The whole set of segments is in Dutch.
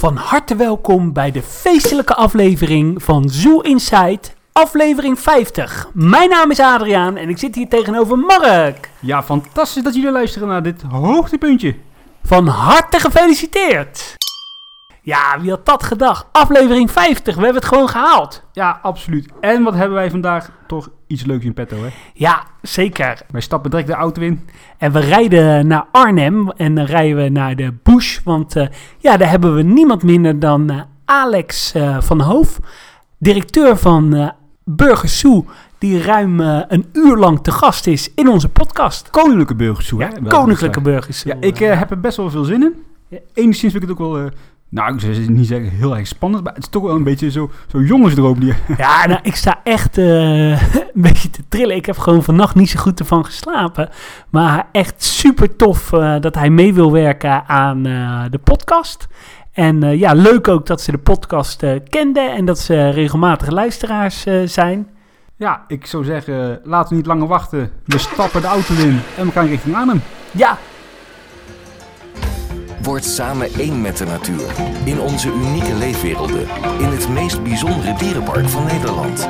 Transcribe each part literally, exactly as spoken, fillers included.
Van harte welkom bij de feestelijke aflevering van Zoo Inside, aflevering vijftig. Mijn naam is Adriaan en ik zit hier tegenover Mark. Ja, fantastisch dat jullie luisteren naar dit hoogtepuntje. Van harte gefeliciteerd. Ja, wie had dat gedacht? Aflevering vijftig, we hebben het gewoon gehaald. Ja, absoluut. En wat hebben wij vandaag toch iets leuks in petto, hè? Ja, zeker. Wij stappen direct de auto in. En we rijden naar Arnhem en dan rijden we naar de Bush. Want uh, ja, daar hebben we niemand minder dan uh, Alex uh, van Hoof, directeur van uh, Burgers Zoo, die ruim uh, een uur lang te gast is in onze podcast. Koninklijke Burgers Zoo, ja, hè? Koninklijke Burgers Zoo. Ja, ik uh, heb er best wel veel zin in. Ja, enigszins vind ik het ook wel... Uh, Nou, ik zou niet zeggen heel erg spannend, maar het is toch wel een beetje zo, zo jongensdroom. Die... Ja, nou, ik sta echt uh, een beetje te trillen. Ik heb gewoon vannacht niet zo goed ervan geslapen. Maar echt super tof uh, dat hij mee wil werken aan uh, de podcast. En uh, ja, leuk ook dat ze de podcast uh, kenden en dat ze regelmatige luisteraars uh, zijn. Ja, ik zou zeggen, laten we niet langer wachten. We stappen de auto in en we gaan richting Arnhem. Ja. Word samen één met de natuur. In onze unieke leefwerelden. In het meest bijzondere dierenpark van Nederland.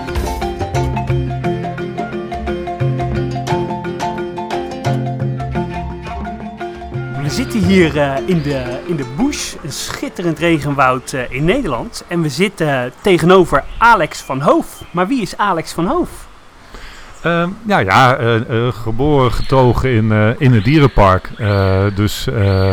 We zitten hier uh, in, de, in de Bush, een schitterend regenwoud uh, in Nederland. En we zitten uh, tegenover Alex van Hoof. Maar wie is Alex van Hoof? Uh, ja, ja uh, uh, geboren getogen in, uh, in het dierenpark. Uh, dus... Uh,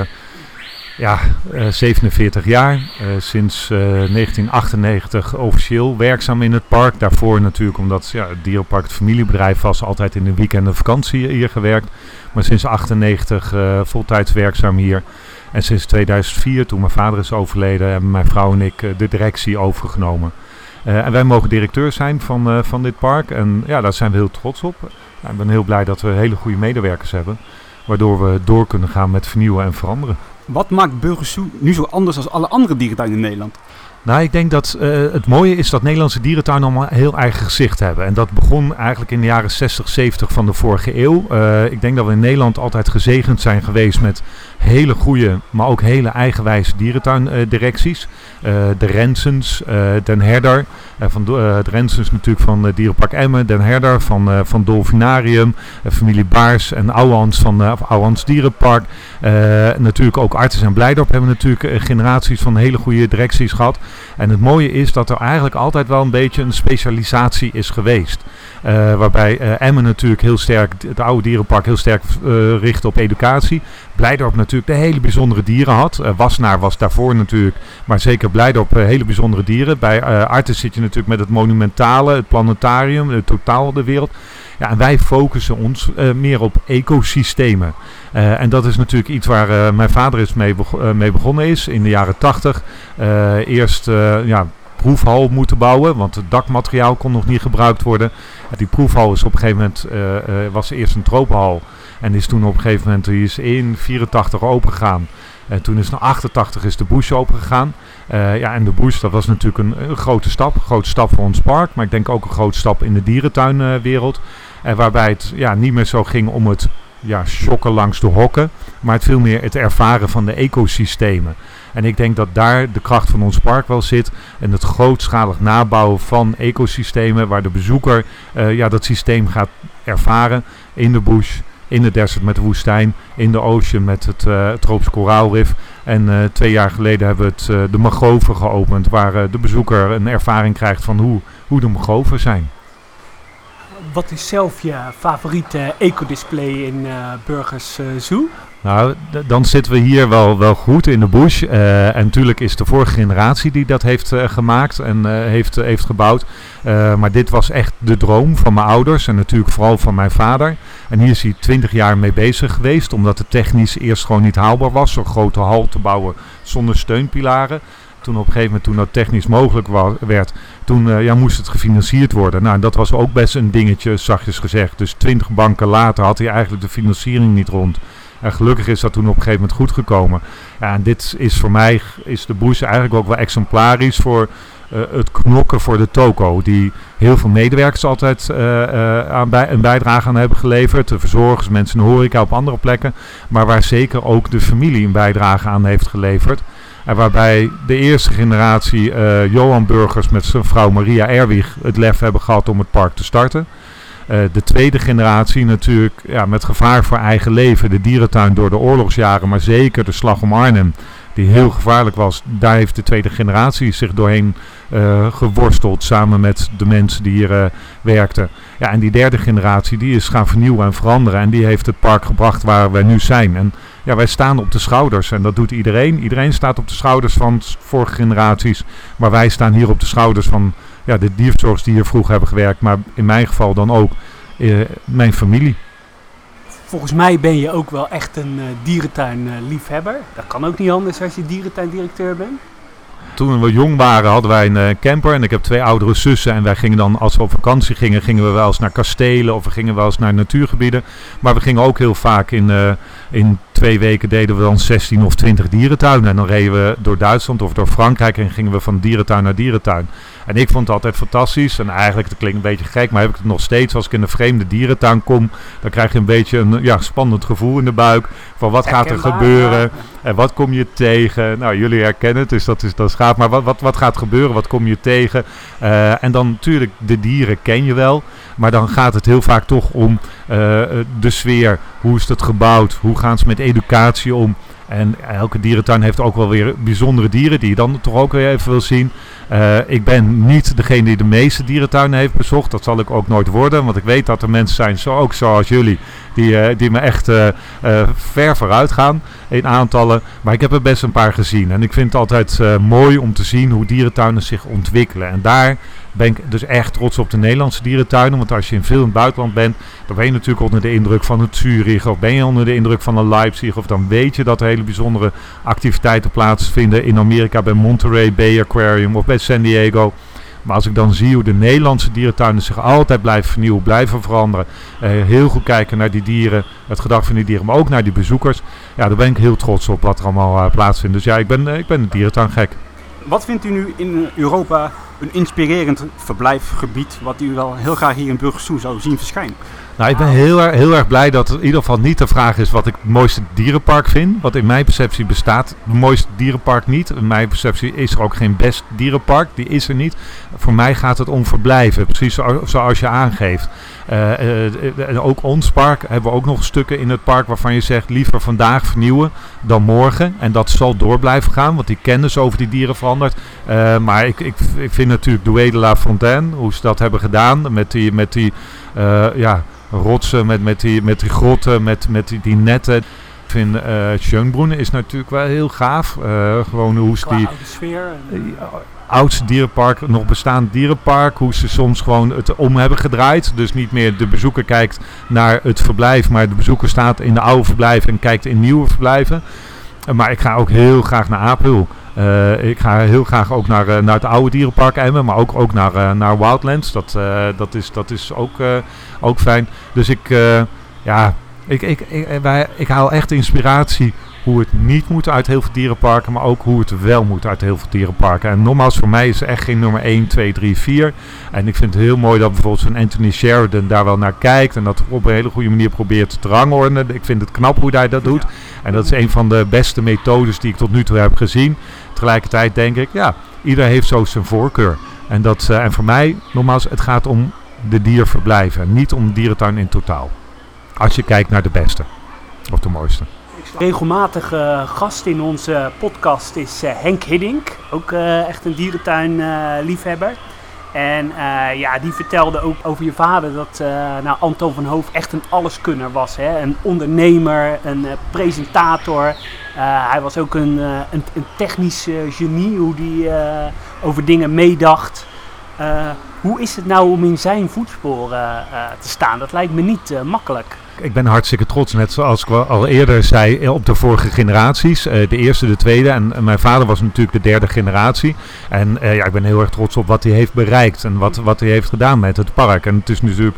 Ja, uh, zevenenveertig jaar, uh, sinds uh, negentien achtennegentig officieel werkzaam in het park. Daarvoor natuurlijk omdat ja, het dierenpark het familiebedrijf was, altijd in de weekend en vakantie hier gewerkt. Maar sinds achtennegentig uh, voltijds werkzaam hier. En sinds tweeduizend vier, toen mijn vader is overleden, hebben mijn vrouw en ik uh, de directie overgenomen. Uh, en wij mogen directeur zijn van, uh, van dit park en ja, daar zijn we heel trots op. Ja, ik ben heel blij dat we hele goede medewerkers hebben, waardoor we door kunnen gaan met vernieuwen en veranderen. Wat maakt Burgers Zoo nu zo anders dan alle andere dierentuinen in Nederland? Nou, ik denk dat uh, het mooie is dat Nederlandse dierentuinen allemaal heel eigen gezicht hebben. En dat begon eigenlijk in de jaren zestig, zeventig van de vorige eeuw. Uh, ik denk dat we in Nederland altijd gezegend zijn geweest met hele goede, maar ook hele eigenwijze dierentuindirecties. Uh, de Rensens, uh, Den Herder, uh, van uh, de Rensens natuurlijk van uh, Dierenpark Emmen, Den Herder van, uh, van Dolfinarium, uh, familie Baars en Ouwehans van uh, Ouwehans Dierenpark. Uh, natuurlijk ook Artis en Blijdorp hebben natuurlijk uh, generaties van hele goede directies gehad. En het mooie is dat er eigenlijk altijd wel een beetje een specialisatie is geweest. Uh, waarbij uh, Emmen natuurlijk heel sterk, het oude dierenpark heel sterk uh, richt op educatie. Blijdorp natuurlijk de hele bijzondere dieren had. Uh, Wassenaar was daarvoor natuurlijk, maar zeker Blijdorp uh, hele bijzondere dieren. Bij uh, Artis zit je natuurlijk met het monumentale, het planetarium, het totaal de wereld. Ja, en wij focussen ons uh, meer op ecosystemen. Uh, en dat is natuurlijk iets waar uh, mijn vader is mee, bego- uh, mee begonnen is in de jaren tachtig. Uh, eerst uh, ja, proefhal moeten bouwen, want het dakmateriaal kon nog niet gebruikt worden. Uh, die proefhal is op een gegeven moment, uh, uh, was eerst een tropenhal. En is toen op een gegeven moment, die is in vierentachtig open gegaan. En toen is naar achtentachtig is de Bush open gegaan. Uh, ja, en de Bush, dat was natuurlijk een, een grote stap. Een grote stap voor ons park, maar ik denk ook een grote stap in de dierentuinwereld. Uh, waarbij het ja, niet meer zo ging om het ja, shocken langs de hokken, maar het veel meer het ervaren van de ecosystemen. En ik denk dat daar de kracht van ons park wel zit. En het grootschalig nabouwen van ecosystemen waar de bezoeker uh, ja, dat systeem gaat ervaren in de bush, in de desert met de woestijn, in de ocean met het uh, tropisch koraalrif. En uh, twee jaar geleden hebben we het, uh, de mangroven geopend, waar uh, de bezoeker een ervaring krijgt van hoe, hoe de mangroven zijn. Wat is zelf je favoriete ecodisplay in uh, Burgers uh, Zoo? Nou, d- dan zitten we hier wel, wel goed in de bush. Uh, en natuurlijk is de vorige generatie die dat heeft uh, gemaakt en uh, heeft, uh, heeft gebouwd. Uh, maar dit was echt de droom van mijn ouders en natuurlijk vooral van mijn vader. En hier is hij twintig jaar mee bezig geweest, omdat het technisch eerst gewoon niet haalbaar was. Zo'n grote hal te bouwen zonder steunpilaren. Toen op een gegeven moment, toen dat technisch mogelijk wa- werd, toen uh, ja, moest het gefinancierd worden. Nou, dat was ook best een dingetje, zachtjes gezegd. Dus twintig banken later had hij eigenlijk de financiering niet rond. En gelukkig is dat toen op een gegeven moment goed gekomen. Ja, en dit is voor mij, is de Bush eigenlijk ook wel exemplarisch voor uh, het knokken voor de toko. Die heel veel medewerkers altijd uh, uh, aan bij, een bijdrage aan hebben geleverd. De verzorgers, mensen in de horeca op andere plekken. Maar waar zeker ook de familie een bijdrage aan heeft geleverd. En waarbij de eerste generatie uh, Johan Burgers met zijn vrouw Maria Erwig het lef hebben gehad om het park te starten. Uh, de tweede generatie natuurlijk ja, met gevaar voor eigen leven. De dierentuin door de oorlogsjaren, maar zeker de slag om Arnhem, die heel gevaarlijk was. Daar heeft de tweede generatie zich doorheen uh, geworsteld samen met de mensen die hier uh, werkten. Ja, en die derde generatie die is gaan vernieuwen en veranderen. En die heeft het park gebracht waar wij nu zijn. En ja, wij staan op de schouders en dat doet iedereen. Iedereen staat op de schouders van vorige generaties. Maar wij staan hier op de schouders van ja, de dierzorgers die hier vroeger hebben gewerkt. Maar in mijn geval dan ook uh, mijn familie. Volgens mij ben je ook wel echt een uh, dierentuinliefhebber. Uh, dat kan ook niet anders als je dierentuindirecteur bent. Toen we jong waren hadden wij een uh, camper en ik heb twee oudere zussen. En wij gingen dan, als we op vakantie gingen, gingen we wel eens naar kastelen of we gingen wel eens naar natuurgebieden. Maar we gingen ook heel vaak in, uh, in twee weken deden we dan zestien of twintig dierentuinen. En dan reden we door Duitsland of door Frankrijk en gingen we van dierentuin naar dierentuin. En ik vond het altijd fantastisch. En eigenlijk, dat klinkt een beetje gek, maar heb ik het nog steeds. Als ik in een vreemde dierentuin kom, dan krijg je een beetje een ja, spannend gevoel in de buik. Van wat gaat er gebeuren? En wat kom je tegen? Nou, jullie herkennen het, dus dat is, dat is gaaf. Maar wat, wat, wat gaat gebeuren? Wat kom je tegen? Uh, en dan natuurlijk, de dieren ken je wel. Maar dan gaat het heel vaak toch om uh, de sfeer. Hoe is het gebouwd? Hoe gaan ze met educatie om? En elke dierentuin heeft ook wel weer bijzondere dieren die je dan toch ook weer even wil zien. Uh, ik ben niet degene die de meeste dierentuinen heeft bezocht. Dat zal ik ook nooit worden. Want ik weet dat er mensen zijn, zo ook zoals jullie, die, uh, die me echt uh, uh, ver vooruit gaan in aantallen. Maar ik heb er best een paar gezien. En ik vind het altijd uh, mooi om te zien hoe dierentuinen zich ontwikkelen. En daar ben ik dus echt trots op de Nederlandse dierentuinen. Want als je in veel in het buitenland bent, dan ben je natuurlijk onder de indruk van het Zurich. Of ben je onder de indruk van een Leipzig. Of dan weet je dat er hele bijzondere activiteiten plaatsvinden in Amerika bij Monterey Bay Aquarium of bij San Diego. Maar als ik dan zie hoe de Nederlandse dierentuinen zich altijd blijven vernieuwen, blijven veranderen. Uh, heel goed kijken naar die dieren, het gedrag van die dieren, maar ook naar die bezoekers. Ja, daar ben ik heel trots op wat er allemaal uh, plaatsvindt. Dus ja, ik ben, uh, ik ben een dierentuingek. Wat vindt u nu in Europa een inspirerend verblijfgebied wat u wel heel graag hier in Burgersoe zou zien verschijnen? Nou, ik ben heel, erg, heel erg blij dat het in ieder geval niet de vraag is wat ik het mooiste dierenpark vind. Wat in mijn perceptie bestaat het mooiste dierenpark niet. In mijn perceptie is er ook geen best dierenpark. Die is er niet. Voor mij gaat het om verblijven. Precies zoals je aangeeft. Uh, uh, en ook ons park hebben we ook nog stukken in het park waarvan je zegt liever vandaag vernieuwen dan morgen. En dat zal door blijven gaan, want die kennis over die dieren verandert. Uh, maar ik, ik, ik vind natuurlijk Douai de la Fontaine, hoe ze dat hebben gedaan met die, met die uh, ja, rotsen, met, met, die, met die grotten, met, met die, die netten. Ik vind uh, Schönbrunn is natuurlijk wel heel gaaf. Uh, gewoon hoe ze die... sfeer. Uh, oudste dierenpark, nog bestaand dierenpark, hoe ze soms gewoon het om hebben gedraaid. Dus niet meer de bezoeker kijkt naar het verblijf, maar de bezoeker staat in de oude verblijven en kijkt in nieuwe verblijven. Uh, maar ik ga ook heel graag naar Apel. Uh, ik ga heel graag ook naar, uh, naar het oude dierenpark Emmen, maar ook, ook naar, uh, naar Wildlands. Dat, uh, dat, is, dat is ook, uh, ook fijn. Dus ik, uh, ja, ik, ik, ik, wij, ik haal echt inspiratie hoe het niet moet uit heel veel dierenparken, maar ook hoe het wel moet uit heel veel dierenparken. En nogmaals, voor mij is er echt geen nummer één, twee, drie, vier. En ik vind het heel mooi dat bijvoorbeeld zo'n Anthony Sheridan daar wel naar kijkt en dat op een hele goede manier probeert te rangordenen. Ik vind het knap hoe hij dat doet. En dat is een van de beste methodes die ik tot nu toe heb gezien. Tegelijkertijd denk ik, ja, ieder heeft zo zijn voorkeur. En, dat, uh, en voor mij, nogmaals, het gaat om de dierverblijven, niet om de dierentuin in totaal. Als je kijkt naar de beste of de mooiste. Regelmatig uh, gast in onze podcast is uh, Henk Hiddink, ook uh, echt een dierentuinliefhebber. Uh, en uh, ja, die vertelde ook over je vader dat uh, nou, Anton van Hoof echt een alleskunner was. Hè? Een ondernemer, een uh, presentator. Uh, hij was ook een, uh, een, een technisch uh, genie, hoe hij uh, over dingen meedacht. Uh, hoe is het nou om in zijn voetsporen uh, te staan? Dat lijkt me niet uh, makkelijk. Ik ben hartstikke trots, net zoals ik al eerder zei, op de vorige generaties. Uh, de eerste, de tweede. En, en mijn vader was natuurlijk de derde generatie. En uh, ja, ik ben heel erg trots op wat hij heeft bereikt. En wat, wat hij heeft gedaan met het park. En het is natuurlijk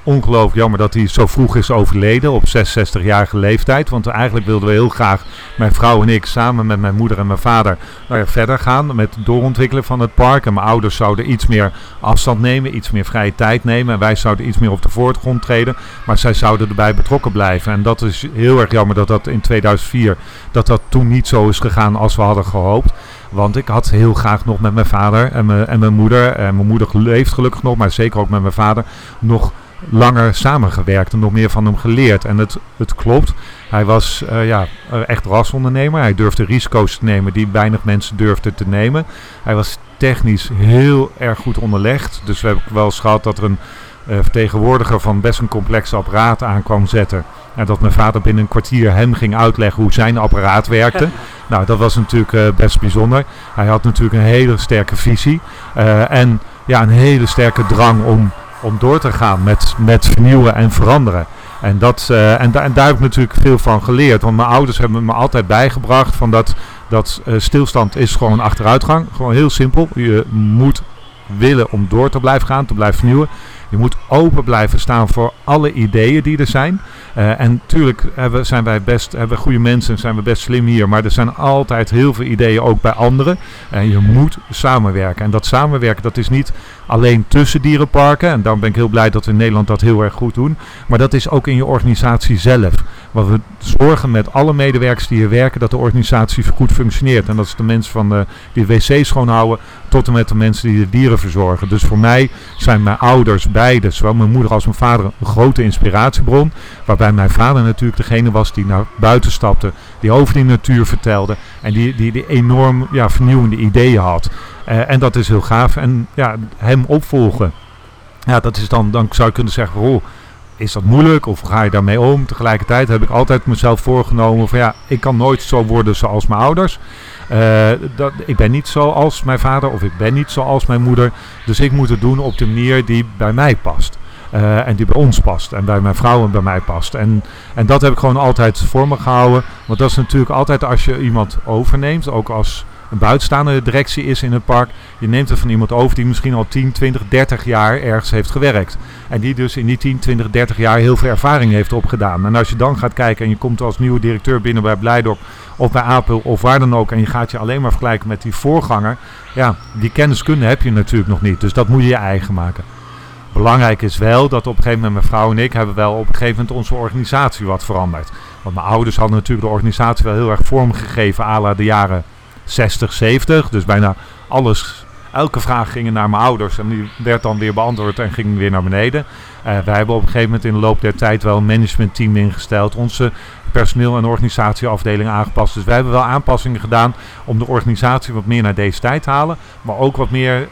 ongelooflijk jammer dat hij zo vroeg is overleden op zesenzestigjarige leeftijd. Want eigenlijk wilden we heel graag, mijn vrouw en ik, samen met mijn moeder en mijn vader nou ja, verder gaan met het doorontwikkelen van het park. En mijn ouders zouden iets meer afstand nemen, iets meer vrije tijd nemen. En wij zouden iets meer op de voorgrond treden. Maar zij zouden erbij betrokken blijven. En dat is heel erg jammer dat dat in tweeduizend vier, dat dat toen niet zo is gegaan als we hadden gehoopt. Want ik had heel graag nog met mijn vader en mijn, en mijn moeder, en mijn moeder leeft gelukkig nog, maar zeker ook met mijn vader, nog langer samengewerkt en nog meer van hem geleerd. En het, het klopt, hij was uh, ja, echt rasondernemer. Hij durfde risico's te nemen die weinig mensen durfden te nemen. Hij was technisch heel erg goed onderlegd. Dus we hebben wel eens gehad dat er een uh, vertegenwoordiger van best een complex apparaat aan kwam zetten. En dat mijn vader binnen een kwartier hem ging uitleggen hoe zijn apparaat werkte. Nou, dat was natuurlijk uh, best bijzonder. Hij had natuurlijk een hele sterke visie. Uh, en ja, een hele sterke drang om, om door te gaan met, met vernieuwen en veranderen. En, dat, uh, en, da- en daar heb ik natuurlijk veel van geleerd. Want mijn ouders hebben me altijd bijgebracht van dat, dat uh, stilstand is gewoon achteruitgang. Gewoon heel simpel. Je moet willen om door te blijven gaan, te blijven vernieuwen. Je moet open blijven staan voor alle ideeën die er zijn. Uh, en natuurlijk hebben, zijn wij best, hebben we goede mensen en zijn we best slim hier. Maar er zijn altijd heel veel ideeën ook bij anderen. En je moet samenwerken. En dat samenwerken, dat is niet alleen tussen dierenparken. En daarom ben ik heel blij dat we in Nederland dat heel erg goed doen. Maar dat is ook in je organisatie zelf. Want we zorgen met alle medewerkers die hier werken dat de organisatie goed functioneert. En dat is de mensen van de, die de wc's schoonhouden tot en met de mensen die de dieren verzorgen. Dus voor mij zijn mijn ouders beide, zowel mijn moeder als mijn vader, een grote inspiratiebron. Waarbij mijn vader natuurlijk degene was die naar buiten stapte, die over die natuur vertelde en die, die, die enorm ja, vernieuwende ideeën had. Uh, en dat is heel gaaf. En ja, hem opvolgen, ja, dat is dan, dan zou je kunnen zeggen, oh, is dat moeilijk of ga je daarmee om? Tegelijkertijd heb ik altijd mezelf voorgenomen van ja, ik kan nooit zo worden zoals mijn ouders. Uh, dat, ik ben niet zoals mijn vader of ik ben niet zoals mijn moeder. Dus ik moet het doen op de manier die bij mij past. Uh, en die bij ons past. En bij mijn vrouw en bij mij past. En, en dat heb ik gewoon altijd voor me gehouden. Want dat is natuurlijk altijd als je iemand overneemt. Ook als een buitenstaande directie is in het park. Je neemt het van iemand over die misschien al tien, twintig, dertig jaar ergens heeft gewerkt. En die dus in die tien, twintig, dertig jaar heel veel ervaring heeft opgedaan. En als je dan gaat kijken en je komt als nieuwe directeur binnen bij Blijdorp of bij Apel of waar dan ook. En je gaat je alleen maar vergelijken met die voorganger. Ja, die kenniskunde heb je natuurlijk nog niet. Dus dat moet je je eigen maken. Belangrijk is wel dat op een gegeven moment mijn vrouw en ik hebben wel op een gegeven moment onze organisatie wat veranderd. Want mijn ouders hadden natuurlijk de organisatie wel heel erg vormgegeven à la de jaren zestig, zeventig. Dus bijna alles, elke vraag ging naar mijn ouders en die werd dan weer beantwoord en ging weer naar beneden. Uh, wij hebben op een gegeven moment in de loop der tijd wel een managementteam ingesteld. Onze personeel- en organisatieafdeling aangepast. Dus wij hebben wel aanpassingen gedaan om de organisatie wat meer naar deze tijd te halen. Maar ook wat meer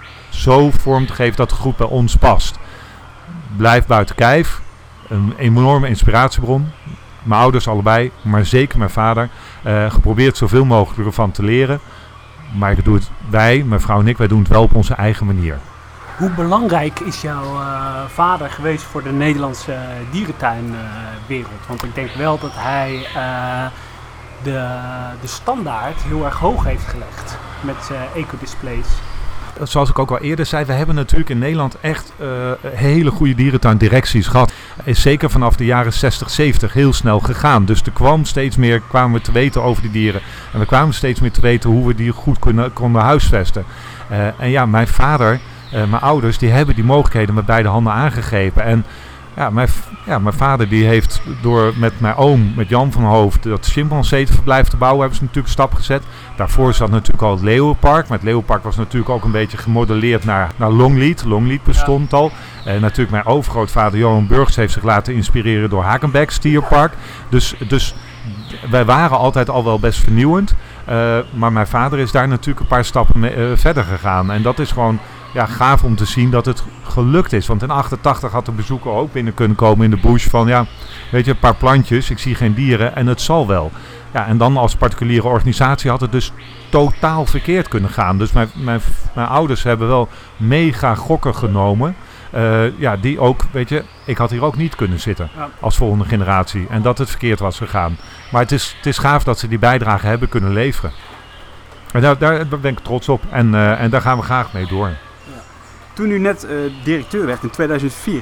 zo vorm te geven dat de groep bij ons past. Blijf buiten kijf. Een enorme inspiratiebron. Mijn ouders allebei, maar zeker mijn vader. Uh, geprobeerd zoveel mogelijk ervan te leren. Maar ik doe het, wij, mijn vrouw en ik, wij doen het wel op onze eigen manier. Hoe belangrijk is jouw uh, vader geweest voor de Nederlandse uh, dierentuinwereld? Uh, Want ik denk wel dat hij uh, de, de standaard heel erg hoog heeft gelegd met uh, ecodisplays. Zoals ik ook al eerder zei, we hebben natuurlijk in Nederland echt uh, hele goede dierentuindirecties gehad. Is zeker vanaf de jaren zestig, zeventig heel snel gegaan. Dus er kwam steeds meer, kwamen we te weten over die dieren. En we kwamen steeds meer te weten hoe we die goed konden, konden huisvesten. Uh, en ja, mijn vader, uh, mijn ouders, die hebben die mogelijkheden met beide handen aangegrepen. En ja, mijn, ja, mijn vader die heeft door met mijn oom, met Jan van Hoofd, dat chimpanseeverblijf te bouwen, hebben ze natuurlijk stap gezet. Daarvoor zat natuurlijk al het Leeuwenpark. Maar het Leeuwenpark was natuurlijk ook een beetje gemodelleerd naar, naar Longleat. Longleat bestond ja. al. En natuurlijk mijn overgrootvader Johan Burgs heeft zich laten inspireren door Hakenbeck Stierpark. Dus, dus wij waren altijd al wel best vernieuwend. Uh, maar mijn vader is daar natuurlijk een paar stappen mee, uh, verder gegaan. En dat is gewoon ja, gaaf om te zien dat het gelukt is. Want in achtentachtig had de bezoeker ook binnen kunnen komen in de bush van ja, weet je, een paar plantjes, ik zie geen dieren en het zal wel. Ja, en dan als particuliere organisatie had het dus totaal verkeerd kunnen gaan. Dus mijn, mijn, mijn ouders hebben wel mega gokken genomen. Uh, ja, die ook, weet je, ik had hier ook niet kunnen zitten ja. als volgende generatie. En dat het verkeerd was gegaan. Maar het is, het is gaaf dat ze die bijdrage hebben kunnen leveren. En daar, daar ben ik trots op. En, uh, en daar gaan we graag mee door. Ja. Toen u net uh, directeur werd in tweeduizend vier,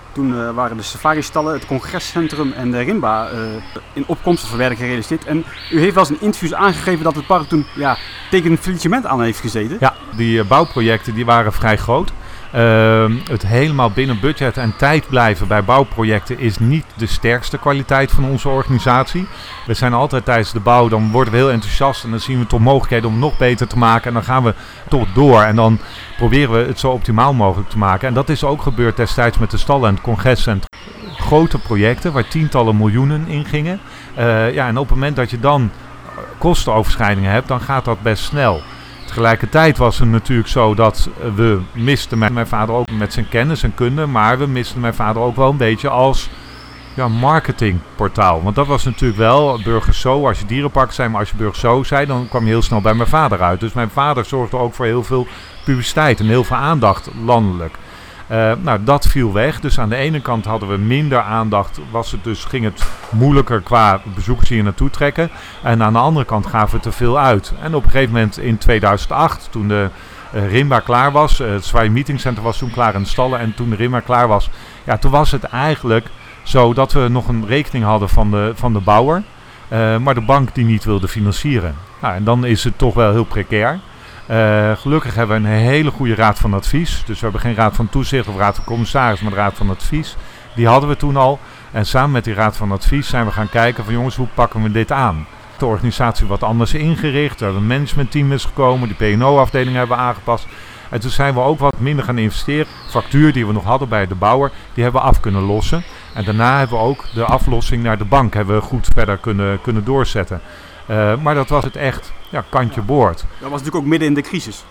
Toen uh, waren de safari-stallen, het congrescentrum en de Rimba uh, in opkomst of werden gerealiseerd. En u heeft wel eens in interviews aangegeven dat het park toen ja, tegen een faillissement aan heeft gezeten. Ja, die uh, bouwprojecten die waren vrij groot. Uh, het helemaal binnen budget en tijd blijven bij bouwprojecten is niet de sterkste kwaliteit van onze organisatie. We zijn altijd tijdens de bouw, dan worden we heel enthousiast en dan zien we toch mogelijkheden om het nog beter te maken. En dan gaan we toch door en dan proberen we het zo optimaal mogelijk te maken. En dat is ook gebeurd destijds met de stallen en het congrescentrum. Grote projecten waar tientallen miljoenen in gingen. Uh, ja, en op het moment dat je dan kostenoverschrijdingen hebt, dan gaat dat best snel. Tegelijkertijd was het natuurlijk zo dat we misten mijn, mijn vader ook met zijn kennis en kunde, maar we misten mijn vader ook wel een beetje als ja, marketingportaal. Want dat was natuurlijk wel Burgers Zoo, als je dierenpark zei, maar als je Burgers Zoo zei, dan kwam je heel snel bij mijn vader uit. Dus mijn vader zorgde ook voor heel veel publiciteit en heel veel aandacht landelijk. Uh, nou, dat viel weg. Dus aan de ene kant hadden we minder aandacht. Was het dus, ging het moeilijker qua bezoekers hier naartoe trekken. En aan de andere kant gaven we te veel uit. En op een gegeven moment in tweeduizend acht, toen de uh, Rimba klaar was. Uh, het Zwaai Meeting Center was toen klaar in de stallen. En toen de Rimba klaar was, ja, toen was het eigenlijk zo dat we nog een rekening hadden van de, van de bouwer. Uh, maar de bank die niet wilde financieren. Nou, en dan is het toch wel heel precair. Uh, gelukkig hebben we een hele goede raad van advies. Dus we hebben geen raad van toezicht of raad van commissaris, maar de raad van advies. Die hadden we toen al. En samen met die raad van advies zijn we gaan kijken van jongens, hoe pakken we dit aan? De organisatie wat anders ingericht. We hebben een managementteam is gekomen. Die P en O-afdeling hebben we aangepast. En toen zijn we ook wat minder gaan investeren. Factuur die we nog hadden bij de bouwer, die hebben we af kunnen lossen. En daarna hebben we ook de aflossing naar de bank hebben we goed verder kunnen, kunnen doorzetten. Uh, maar dat was het echt, ja, kantje boord. Dat was natuurlijk ook midden in de crisis.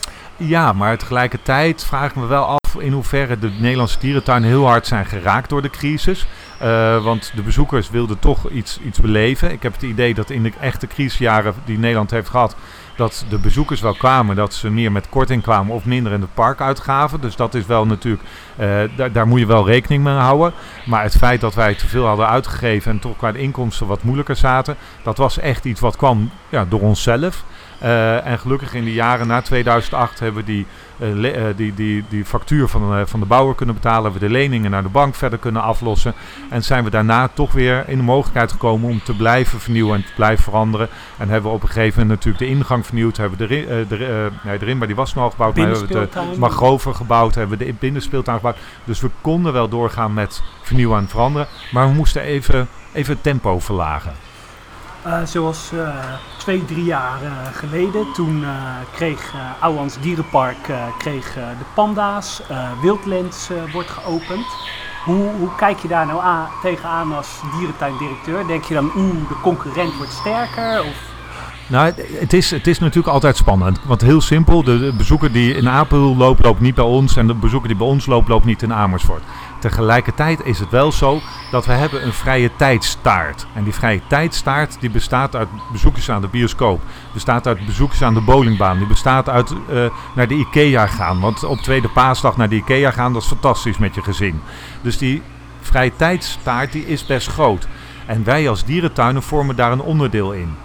Ja, maar tegelijkertijd vraag ik me wel af in hoeverre de Nederlandse dierentuinen heel hard zijn geraakt door de crisis. Uh, want de bezoekers wilden toch iets, iets beleven. Ik heb het idee dat in de echte crisisjaren die Nederland heeft gehad, dat de bezoekers wel kwamen, dat ze meer met korting kwamen of minder in het park uitgaven. Dus dat is wel natuurlijk, uh, daar, daar moet je wel rekening mee houden. Maar het feit dat wij te veel hadden uitgegeven en toch qua de inkomsten wat moeilijker zaten, dat was echt iets wat kwam ja, door onszelf. Uh, en gelukkig in de jaren na tweeduizend acht hebben we die, uh, le- uh, die, die, die factuur van, uh, van de bouwer kunnen betalen. Hebben we de leningen naar de bank verder kunnen aflossen. En zijn we daarna toch weer in de mogelijkheid gekomen om te blijven vernieuwen en te blijven veranderen. En hebben we op een gegeven moment natuurlijk de ingang vernieuwd. Hebben de, uh, de, uh, nee, de Rimba die was nog gebouwd. Maar hebben we de Magrover gebouwd. Hebben we de binnenspeeltuin gebouwd. Dus we konden wel doorgaan met vernieuwen en veranderen. Maar we moesten even, even het tempo verlagen. Uh, zoals uh, twee, drie jaar uh, geleden, toen uh, kreeg uh, Ouwehands Dierenpark uh, kreeg, uh, de panda's, uh, Wildlands uh, wordt geopend. Hoe, hoe kijk je daar nou aan, tegenaan als dierentuindirecteur? Denk je dan, oeh, de concurrent wordt sterker? Of? Nou, het is, het is natuurlijk altijd spannend. Want heel simpel, de, de bezoeker die in Apeldoorn loopt, loopt niet bij ons. En de bezoeker die bij ons loopt, loopt niet in Amersfoort. Tegelijkertijd is het wel zo dat we hebben een vrije tijdstaart. En die vrije tijdstaart die bestaat uit bezoekers aan de bioscoop. Bestaat uit bezoekers aan de bowlingbaan. Die bestaat uit uh, naar de IKEA gaan. Want op tweede paasdag naar de IKEA gaan, dat is fantastisch met je gezin. Dus die vrije tijdstaart die is best groot. En wij als dierentuinen vormen daar een onderdeel in.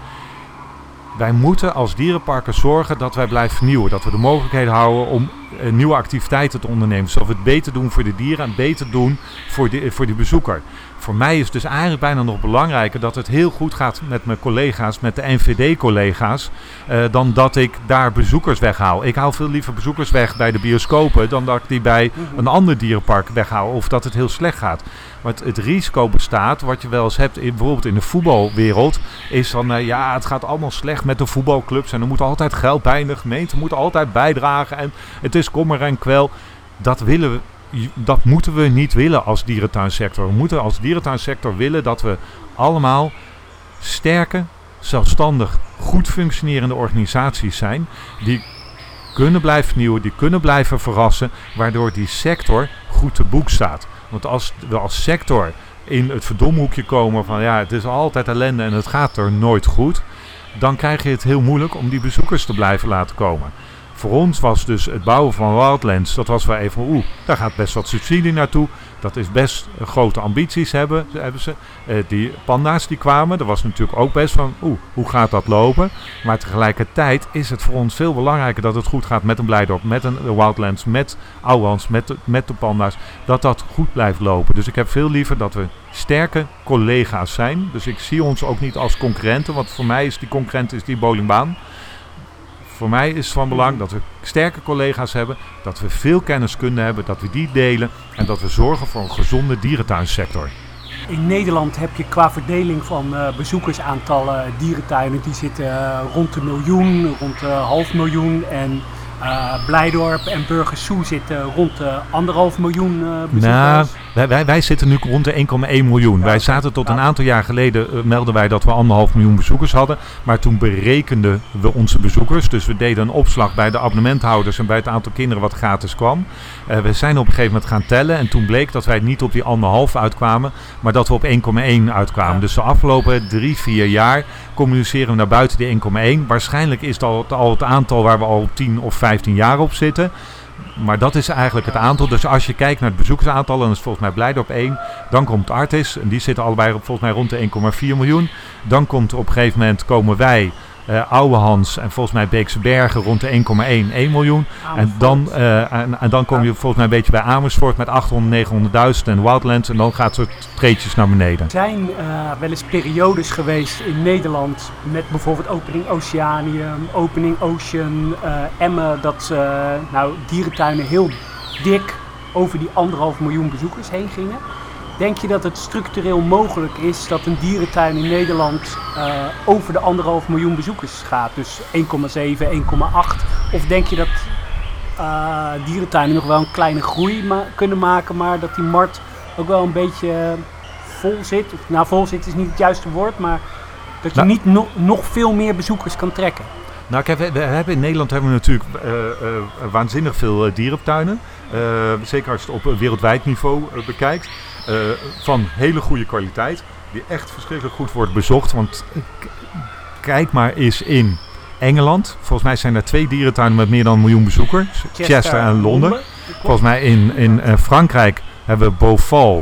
Wij moeten als dierenparken zorgen dat wij blijven vernieuwen. Dat we de mogelijkheden houden om uh, nieuwe activiteiten te ondernemen. Zodat we het beter doen voor de dieren en beter doen voor de, voor die bezoeker. Voor mij is het dus eigenlijk bijna nog belangrijker dat het heel goed gaat met mijn collega's, met de N V D-collega's, uh, dan dat ik daar bezoekers weghaal. Ik haal veel liever bezoekers weg bij de bioscopen dan dat ik die bij een ander dierenpark weghaal of dat het heel slecht gaat. Want het risico bestaat, wat je wel eens hebt, in, bijvoorbeeld in de voetbalwereld, is van uh, ja, het gaat allemaal slecht met de voetbalclubs en er moet altijd geld bij en de gemeente moet altijd bijdragen en het is kommer en kwel. Dat willen we. Dat moeten we niet willen als dierentuinsector. We moeten als dierentuinsector willen dat we allemaal sterke, zelfstandig, goed functionerende organisaties zijn. Die kunnen blijven vernieuwen, die kunnen blijven verrassen. Waardoor die sector goed te boek staat. Want als we als sector in het verdomhoekje komen van ja, het is altijd ellende en het gaat er nooit goed. Dan krijg je het heel moeilijk om die bezoekers te blijven laten komen. voor ons was dus het bouwen van Wildlands, dat was wel even, oeh, daar gaat best wat subsidie naartoe. Dat is best uh, grote ambities hebben, hebben ze. Uh, die panda's die kwamen, dat was natuurlijk ook best van, oeh, hoe gaat dat lopen? Maar tegelijkertijd is het voor ons veel belangrijker dat het goed gaat met een Blijdorp, met een Wildlands, met Ouwehands, met de, met de panda's. Dat dat goed blijft lopen. Dus ik heb veel liever dat we sterke collega's zijn. Dus ik zie ons ook niet als concurrenten, want voor mij is die concurrent is die bowlingbaan. Voor mij is het van belang dat we sterke collega's hebben, dat we veel kenniskunde hebben, dat we die delen en dat we zorgen voor een gezonde dierentuinsector. In Nederland heb je qua verdeling van uh, bezoekersaantallen dierentuinen, die zitten uh, rond de miljoen, rond de half miljoen en uh, Blijdorp en Burgersoe zitten rond de anderhalf miljoen uh, bezoekers. Nou, wij, wij, wij zitten nu rond de één komma één miljoen. Ja, wij zaten tot ja. een aantal jaar geleden, uh, melden wij dat we anderhalf miljoen bezoekers hadden. Maar toen berekenden we onze bezoekers. Dus we deden een opslag bij de abonnementhouders en bij het aantal kinderen wat gratis kwam. Uh, we zijn op een gegeven moment gaan tellen en toen bleek dat wij niet op die anderhalf uitkwamen, maar dat we op één komma één uitkwamen. Ja. Dus de afgelopen drie, vier jaar communiceren we naar buiten die één komma één. Waarschijnlijk is dat al, al het aantal waar we al tien of vijftien jaar op zitten. Maar dat is eigenlijk het aantal. Dus als je kijkt naar het bezoekersaantal, dan is volgens mij Blijdorp één. Dan komt Artis, en die zitten allebei op, volgens mij rond de één komma vier miljoen. Dan komt op een gegeven moment komen wij, uh, Ouwehands en volgens mij Beekse Bergen rond de één komma één, één miljoen. En dan, uh, en, en dan kom je volgens mij een beetje bij Amersfoort met achthonderd, negenhonderdduizend en Wildlands. En dan gaat het treetjes naar beneden. Er zijn uh, wel eens periodes geweest in Nederland met bijvoorbeeld opening Oceanium, opening Ocean, uh, Emmen, dat uh, nou, dierentuinen heel dik over die anderhalf miljoen bezoekers heen gingen. Denk je dat het structureel mogelijk is dat een dierentuin in Nederland uh, over de anderhalf miljoen bezoekers gaat? Dus één komma zeven, één komma acht? Of denk je dat uh, dierentuinen nog wel een kleine groei ma- kunnen maken, maar dat die markt ook wel een beetje vol zit? Of, nou, vol zit is niet het juiste woord, maar dat je nou, niet no- nog veel meer bezoekers kan trekken. Nou, kijk, we, we hebben in Nederland hebben we natuurlijk uh, uh, waanzinnig veel uh, dierentuinen. Uh, zeker als je het op wereldwijd niveau uh, bekijkt. Uh, van hele goede kwaliteit. Die echt verschrikkelijk goed wordt bezocht. Want uh, k- kijk maar eens in Engeland. Volgens mij zijn er twee dierentuinen met meer dan een miljoen bezoekers. Chester, Chester en Londen. Londen. Volgens mij in, in uh, Frankrijk hebben we Beauval.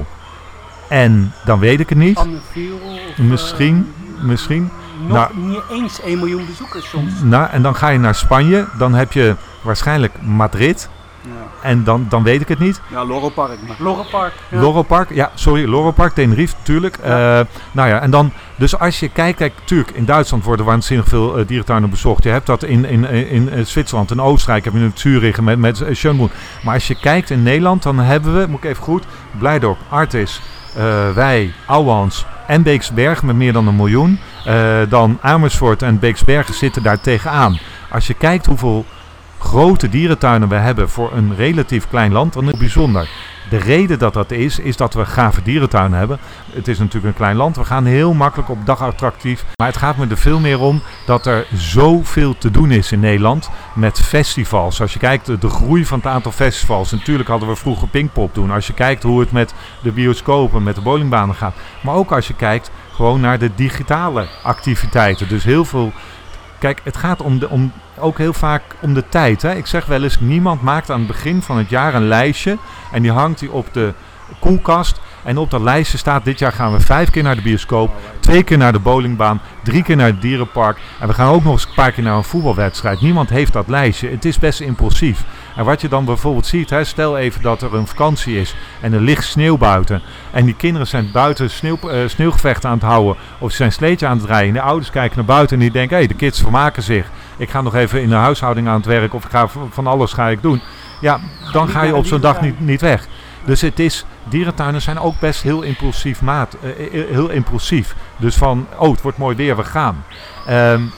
En dan weet ik het niet. Anneville, of, misschien, uh, misschien. Nog nou, niet eens één miljoen bezoekers soms. Nou, en dan ga je naar Spanje. Dan heb je waarschijnlijk Madrid. Ja. En dan, dan weet ik het niet. Ja, Loro Park. Loro Park. Ja. Loro Park, ja, sorry, Loro Park, Tenerife natuurlijk. Ja. Uh, nou ja, en dan, dus als je kijkt, kijk, natuurlijk, in Duitsland worden waanzinnig veel uh, dierentuinen bezocht. Je hebt dat in, in, in, in uh, Zwitserland, in Oostenrijk, heb je nu Zurich met, met uh, Schönbrunn. Maar als je kijkt in Nederland, dan hebben we, moet ik even goed, Blijdorp, Artis, uh, wij, Ouwehands en Beekse Bergen met meer dan een miljoen. Uh, dan Amersfoort en Beekse Bergen zitten daar tegenaan. Als je kijkt hoeveel grote dierentuinen we hebben voor een relatief klein land, dan is het bijzonder. De reden dat dat is, is dat we gave dierentuinen hebben. Het is natuurlijk een klein land, we gaan heel makkelijk op dag attractief. Maar het gaat me er veel meer om dat er zoveel te doen is in Nederland met festivals. Als je kijkt de, de groei van het aantal festivals. Natuurlijk hadden we vroeger Pinkpop doen. Als je kijkt hoe het met de bioscopen, met de bowlingbanen gaat. Maar ook als je kijkt gewoon naar de digitale activiteiten. Dus heel veel. Kijk, het gaat om de, om, ook heel vaak om de tijd. Hè? Ik zeg wel eens, niemand maakt aan het begin van het jaar een lijstje. En die hangt die op de koelkast. En op dat lijstje staat, dit jaar gaan we vijf keer naar de bioscoop. Twee keer naar de bowlingbaan. Drie keer naar het dierenpark. En we gaan ook nog eens een paar keer naar een voetbalwedstrijd. Niemand heeft dat lijstje. Het is best impulsief. En wat je dan bijvoorbeeld ziet, hè, stel even dat er een vakantie is en er ligt sneeuw buiten. En die kinderen zijn buiten sneeuw, uh, sneeuwgevechten aan het houden. Of ze zijn sleetje aan het rijden. En de ouders kijken naar buiten en die denken, hé, hey, de kids vermaken zich. Ik ga nog even in de huishouding aan het werk of ik ga van alles ga ik doen. Ja, dan ga je op zo'n dag niet, niet weg. Dus het is, dierentuinen zijn ook best heel impulsief maat, uh, heel impulsief. Dus van, oh, het wordt mooi weer, we gaan. Um,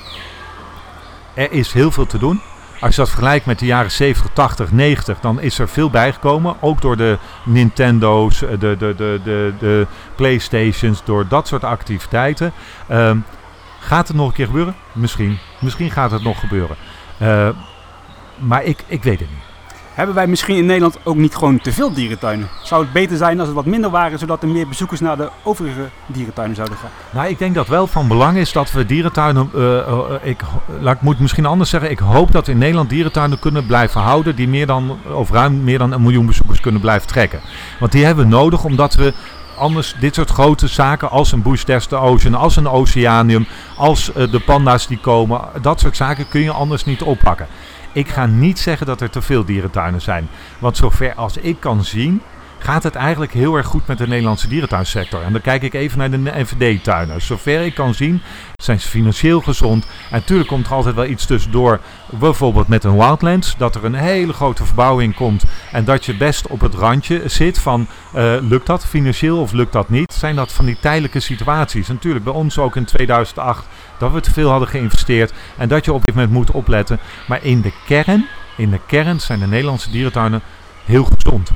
er is heel veel te doen. Als je dat vergelijkt met de jaren zeventig, tachtig, negentig, dan is er veel bijgekomen. Ook door de Nintendo's, de, de, de, de, de Playstations, door dat soort activiteiten. Um, gaat het nog een keer gebeuren? Misschien. Misschien gaat het nog gebeuren. Uh, maar ik, ik weet het niet. Hebben wij misschien in Nederland ook niet gewoon te veel dierentuinen? Zou het beter zijn als het wat minder waren, zodat er meer bezoekers naar de overige dierentuinen zouden gaan? Nou, ik denk dat wel van belang is dat we dierentuinen, uh, uh, ik, laat, ik moet misschien anders zeggen, ik hoop dat we in Nederland dierentuinen kunnen blijven houden die meer dan, of ruim meer dan een miljoen bezoekers kunnen blijven trekken. Want die hebben we nodig omdat we anders dit soort grote zaken als een Bush Test the Ocean, als een Oceanium, als uh, de panda's die komen, dat soort zaken kun je anders niet oppakken. Ik ga niet zeggen dat er te veel dierentuinen zijn. Want zover als ik kan zien, gaat het eigenlijk heel erg goed met de Nederlandse dierentuinsector. En dan kijk ik even naar de N V D-tuinen. Zover ik kan zien, zijn ze financieel gezond. En natuurlijk komt er altijd wel iets tussendoor. Bijvoorbeeld met een Wildlands, dat er een hele grote verbouwing komt. En dat je best op het randje zit van, uh, lukt dat financieel of lukt dat niet? Zijn dat van die tijdelijke situaties? Natuurlijk bij ons ook in tweeduizend acht, dat we te veel hadden geïnvesteerd. En dat je op dit moment moet opletten. Maar in de kern, in de kern zijn de Nederlandse dierentuinen heel gezond.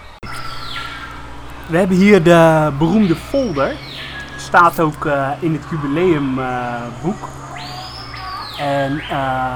We hebben hier de beroemde folder. Staat ook uh, in het jubileumboek. Uh, en uh,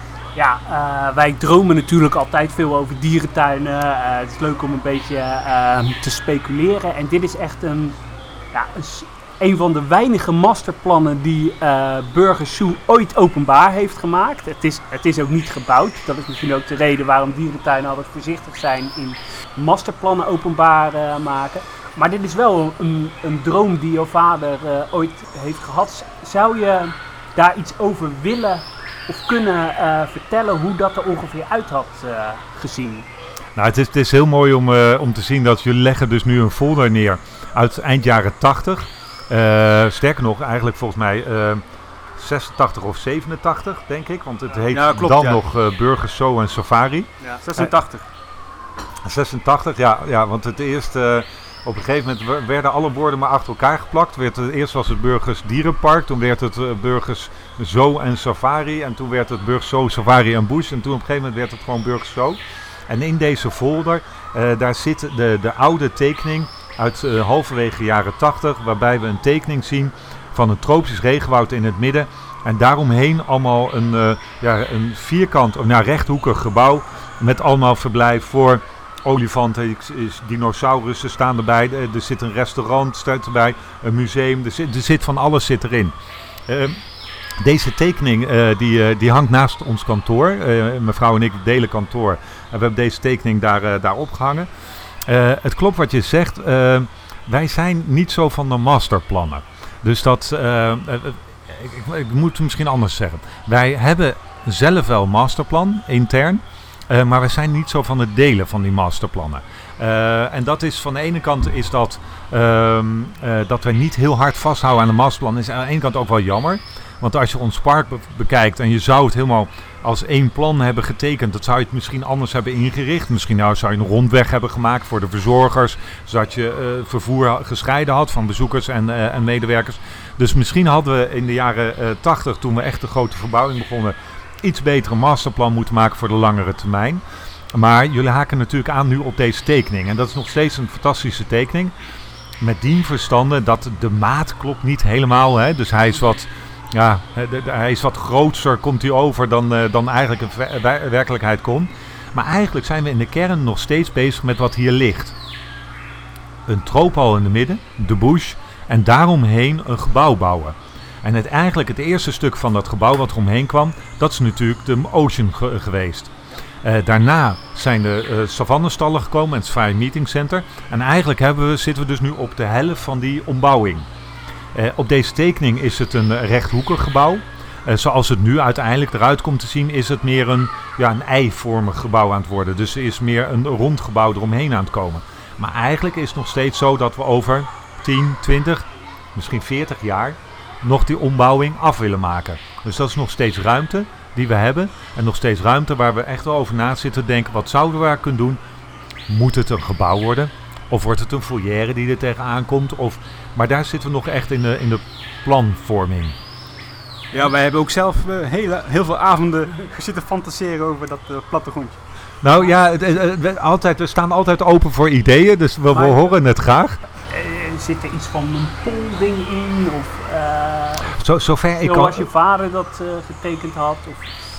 ja, uh, wij dromen natuurlijk altijd veel over dierentuinen. Uh, het is leuk om een beetje uh, te speculeren. En dit is echt een, ja, een, een van de weinige masterplannen die uh, Burgers Zoo ooit openbaar heeft gemaakt. Het is, het is ook niet gebouwd. Dat is misschien ook de reden waarom dierentuinen altijd voorzichtig zijn in masterplannen openbaar uh, maken. Maar dit is wel een, een droom die jouw vader uh, ooit heeft gehad. Zou je daar iets over willen of kunnen uh, vertellen hoe dat er ongeveer uit had uh, gezien? Nou, het is, het is heel mooi om, uh, om te zien dat jullie leggen dus nu een folder neer uit eind jaren tachtig. Uh, sterker nog, eigenlijk volgens mij uh, zesentachtig of zevenentachtig, denk ik. Want het heet ja, klopt, dan ja. nog uh, Burgers Zoo en Safari. Ja, zesentachtig. Uh, zesentachtig, ja, ja, want het eerste... Uh, Op een gegeven moment werden alle woorden maar achter elkaar geplakt. Werd het, eerst was het Burgers Dierenpark, toen werd het uh, Burgers Zoo en Safari. En toen werd het Burgers Zoo, Safari en Bush. En toen op een gegeven moment werd het gewoon Burgers Zoo. En in deze folder, uh, daar zit de, de oude tekening uit uh, halverwege jaren tachtig. Waarbij we een tekening zien van een tropisch regenwoud in het midden. En daaromheen allemaal een, uh, ja, een vierkant, of nou, rechthoekig gebouw met allemaal verblijf voor... Olifanten, dinosaurussen staan erbij, er zit een restaurant staat erbij, een museum, er zit, er zit van alles zit erin. Uh, deze tekening uh, die, uh, die hangt naast ons kantoor. Uh, mevrouw en ik delen kantoor en we hebben deze tekening daar, uh, daar opgehangen. Uh, het klopt wat je zegt, uh, wij zijn niet zo van de masterplannen. Dus dat, uh, uh, ik, ik, ik moet het misschien anders zeggen. Wij hebben zelf wel een masterplan intern. Uh, maar we zijn niet zo van het delen van die masterplannen. Uh, en dat is van de ene kant is dat, uh, uh, dat we niet heel hard vasthouden aan de masterplan. Is aan de ene kant ook wel jammer. Want als je ons park be- bekijkt en je zou het helemaal als één plan hebben getekend, dat zou je het misschien anders hebben ingericht. Misschien nou zou je een rondweg hebben gemaakt voor de verzorgers, zodat je uh, vervoer gescheiden had van bezoekers en, uh, en medewerkers. Dus misschien hadden we in de jaren uh, tachtig, toen we echt de grote verbouwing begonnen, iets betere masterplan moeten maken voor de langere termijn. Maar jullie haken natuurlijk aan nu op deze tekening. En dat is nog steeds een fantastische tekening. Met dien verstande dat de maat klopt niet helemaal. Hè? Dus hij is wat, ja, de, de, hij is wat grootser, komt hij over dan, uh, dan eigenlijk een ver, wer, werkelijkheid kon. Maar eigenlijk zijn we in de kern nog steeds bezig met wat hier ligt. Een troophal in de midden, de bush, en daaromheen een gebouw bouwen. En het, eigenlijk het eerste stuk van dat gebouw wat er omheen kwam, dat is natuurlijk de Ocean ge- geweest. Uh, daarna zijn de uh, savannenstallen gekomen en het Safari Meeting Center. En eigenlijk hebben we, zitten we dus nu op de helft van die ombouwing. Uh, op deze tekening is het een rechthoekig gebouw. Uh, zoals het nu uiteindelijk eruit komt te zien, is het meer een, ja, een eivormig gebouw aan het worden. Dus er is meer een rond gebouw eromheen aan het komen. Maar eigenlijk is het nog steeds zo dat we over tien, twintig, misschien veertig jaar nog die ombouwing af willen maken. Dus dat is nog steeds ruimte die we hebben. En nog steeds ruimte waar we echt wel over na zitten te denken, wat zouden we daar kunnen doen? Moet het een gebouw worden? Of wordt het een foyer die er tegenaan komt? Of, maar daar zitten we nog echt in de, in de planvorming. Ja, wij hebben ook zelf uh, hele, heel veel avonden zitten fantaseren over dat uh, plattegrondje. Nou ja, het, het, het, het, altijd, we staan altijd open voor ideeën, dus we, we horen het graag. Uh, zit er iets van een polding in? Of uh, Zo, zover ik zoals kan... je vader dat uh, getekend had? Of?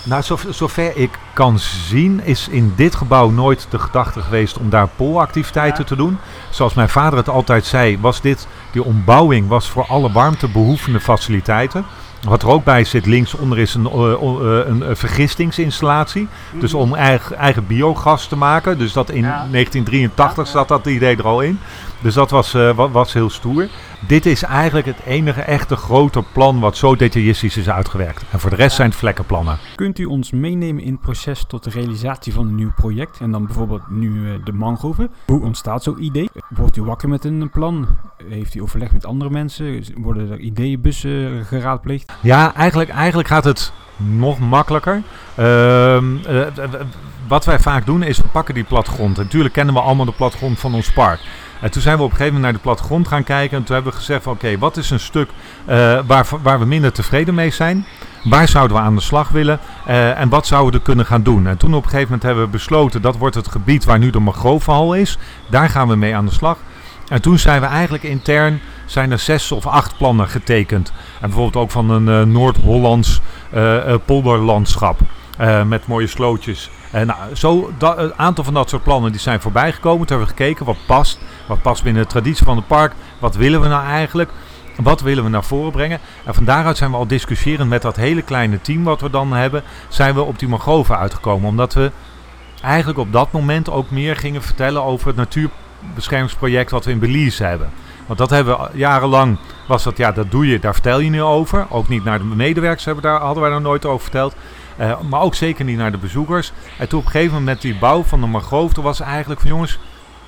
Nou, zo, zover ik kan zien is in dit gebouw nooit de gedachte geweest om daar poolactiviteiten ja. te doen. Zoals mijn vader het altijd zei, was dit, die ombouwing was voor alle warmtebehoevende faciliteiten. Wat er ook bij zit, linksonder is een, uh, uh, een vergistingsinstallatie. Mm-hmm. Dus om eigen, eigen biogas te maken. Dus dat in ja. negentien drieëntachtig ja, ja. zat dat idee er al in. Dus dat was, uh, was, was heel stoer. Dit is eigenlijk het enige echte grote plan wat zo detailistisch is uitgewerkt. En voor de rest ja. zijn het vlekkenplannen. Kunt u ons meenemen in het proces tot de realisatie van een nieuw project? En dan bijvoorbeeld nu uh, de mangroven. Hoe ontstaat zo'n idee? Wordt u wakker met een plan? Heeft u overleg met andere mensen? Worden er ideeënbussen geraadpleegd? Ja, eigenlijk, eigenlijk gaat het nog makkelijker. Uh, uh, wat wij vaak doen is, we pakken die plattegrond. Natuurlijk kennen we allemaal de plattegrond van ons park. En toen zijn we op een gegeven moment naar de plattegrond gaan kijken. En toen hebben we gezegd van oké, okay, wat is een stuk uh, waar, waar we minder tevreden mee zijn? Waar zouden we aan de slag willen? Uh, en wat zouden we er kunnen gaan doen? En toen op een gegeven moment hebben we besloten, dat wordt het gebied waar nu de mangrovenhal is. Daar gaan we mee aan de slag. En toen zijn we eigenlijk intern, zijn er zes of acht plannen getekend. En bijvoorbeeld ook van een uh, Noord-Hollands uh, uh, polderlandschap. Uh, met mooie slootjes. Uh, nou, zo, da, een aantal van dat soort plannen die zijn voorbij gekomen. Toen hebben we gekeken wat past. Wat past binnen de traditie van het park. Wat willen we nou eigenlijk? Wat willen we naar voren brengen? En van daaruit zijn we al discussiërend met dat hele kleine team wat we dan hebben. Zijn we op die mangroven uitgekomen. Omdat we eigenlijk op dat moment ook meer gingen vertellen over het natuurbeschermingsproject wat we in Belize hebben. Want dat hebben we jarenlang, was dat, ja, dat doe je, daar vertel je niet over. Ook niet naar de medewerkers hebben, daar hadden wij nog nooit over verteld. Uh, maar ook zeker niet naar de bezoekers. En toen op een gegeven moment met die bouw van de mangrove, toen was eigenlijk van jongens,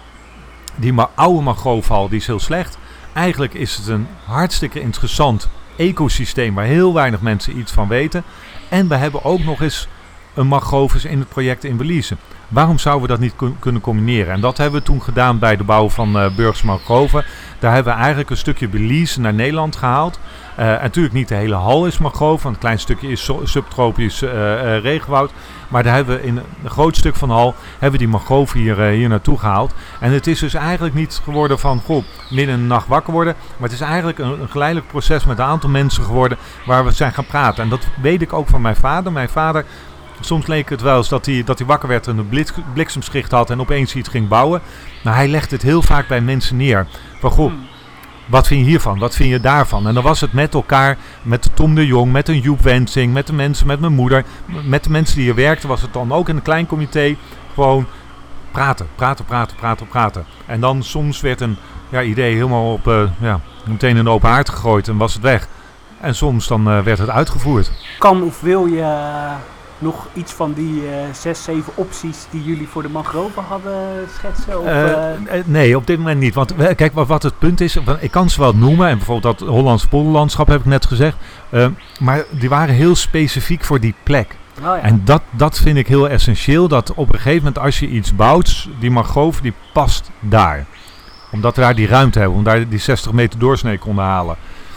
die ma- oude mangrovenhal die is heel slecht. Eigenlijk is het een hartstikke interessant ecosysteem waar heel weinig mensen iets van weten. En we hebben ook nog eens een mangroves in het project in Belize. Waarom zouden we dat niet kun- kunnen combineren? En dat hebben we toen gedaan bij de bouw van uh, Burgse Mangroven. Daar hebben we eigenlijk een stukje Belize naar Nederland gehaald. Uh, en natuurlijk niet de hele hal is mangrove, want een klein stukje is so- subtropisch uh, uh, regenwoud. Maar daar hebben we in een groot stuk van de hal hebben we die mangrove hier, uh, hier naartoe gehaald. En het is dus eigenlijk niet geworden van, goh, midden in de nacht wakker worden. Maar het is eigenlijk een, een geleidelijk proces met een aantal mensen geworden waar we zijn gaan praten. En dat weet ik ook van mijn vader. Mijn vader, soms leek het wel eens dat hij, dat hij wakker werd en een blitz, bliksemschicht had en opeens iets ging bouwen. Maar hij legt het heel vaak bij mensen neer. Van, goh, wat vind je hiervan? Wat vind je daarvan? En dan was het met elkaar, met Tom de Jong, met een Joep Wensing, met de mensen, met mijn moeder, met de mensen die hier werkten, was het dan ook in een klein comité gewoon praten, praten, praten, praten, praten. En dan soms werd een ja, idee helemaal op, uh, ja, meteen in de open haard gegooid en was het weg. En soms dan uh, werd het uitgevoerd. Kan of wil je uh, nog iets van die uh, zes, zeven opties die jullie voor de mangroven hadden schetsen? Of, uh, uh... Nee, op dit moment niet. Want kijk, wat, wat het punt is, ik kan ze wel noemen. En bijvoorbeeld dat Hollands polderlandschap heb ik net gezegd. Uh, maar die waren heel specifiek voor die plek. Oh ja. En dat, dat vind ik heel essentieel. Dat op een gegeven moment als je iets bouwt, die mangrove die past daar. Omdat we daar die ruimte hebben. Om daar die zestig meter doorsnee konden halen.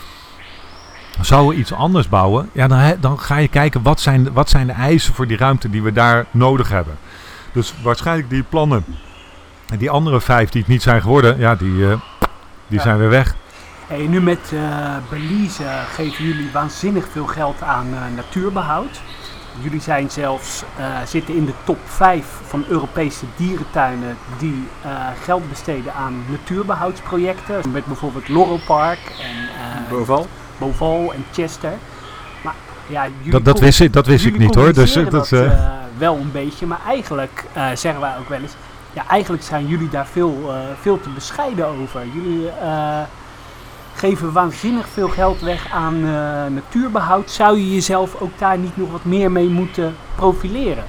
Zouden we iets anders bouwen, ja, dan, dan ga je kijken wat zijn, wat zijn de eisen voor die ruimte die we daar nodig hebben. Dus waarschijnlijk die plannen, die andere vijf die het niet zijn geworden, ja, die, uh, die ja. zijn weer weg. Hey, nu met uh, Belize geven jullie waanzinnig veel geld aan uh, natuurbehoud. Jullie zijn zelfs, uh, zitten in de top vijf van Europese dierentuinen die uh, geld besteden aan natuurbehoudsprojecten. Met bijvoorbeeld Laurel Park en uh, Beauval. Beauval en Chester. Maar ja, dat, dat wist ik, dat wist ik niet hoor. Dus, dat dat, uh, uh, wel een beetje, maar eigenlijk uh, zeggen wij ook wel eens, ja, eigenlijk zijn jullie daar veel, uh, veel te bescheiden over. Jullie uh, geven waanzinnig veel geld weg aan uh, natuurbehoud. Zou je jezelf ook daar niet nog wat meer mee moeten profileren?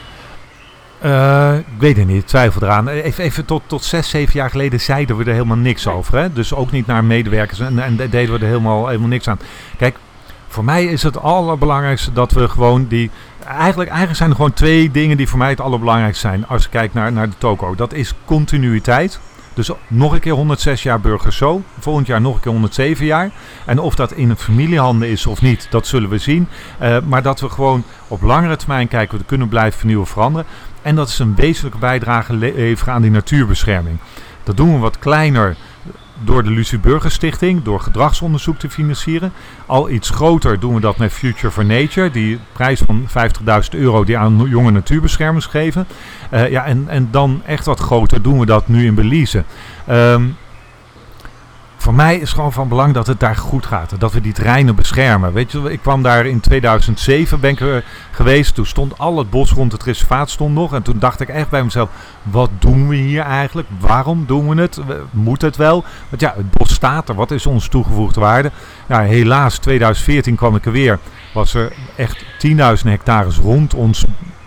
Uh, ik weet het niet, ik twijfel eraan. Even, even tot, tot zes, zeven jaar geleden zeiden we er helemaal niks nee. over. Hè? Dus ook niet naar medewerkers en, en deden we er helemaal, helemaal niks aan. Kijk, voor mij is het allerbelangrijkste dat we gewoon die... Eigenlijk, eigenlijk zijn er gewoon twee dingen die voor mij het allerbelangrijkste zijn als je kijkt naar, naar de toko. Dat is continuïteit. Dus nog een keer honderdzes jaar Burgers Zoo. Volgend jaar nog een keer honderdzeven jaar. En of dat in familiehanden is of niet, dat zullen we zien. Uh, maar dat we gewoon op langere termijn kijken, we kunnen blijven vernieuwen, veranderen. En dat is een wezenlijke bijdrage leveren aan die natuurbescherming. Dat doen we wat kleiner door de Lucie Burger Stichting, door gedragsonderzoek te financieren. Al iets groter doen we dat met Future for Nature, die prijs van vijftigduizend euro die aan jonge natuurbeschermers geven. Uh, ja, en, en dan echt wat groter doen we dat nu in Belize. Um, Voor mij is gewoon van belang dat het daar goed gaat. Dat we die terreinen beschermen. Weet je, ik kwam daar in tweeduizend zeven ben ik er geweest. Toen stond al het bos rond het reservaat stond nog. En toen dacht ik echt bij mezelf, wat doen we hier eigenlijk? Waarom doen we het? Moet het wel? Want ja, het bos staat er. Wat is onze toegevoegde waarde? Nou, helaas, tweeduizend veertien kwam ik er weer. Was er echt tienduizend hectares rond ons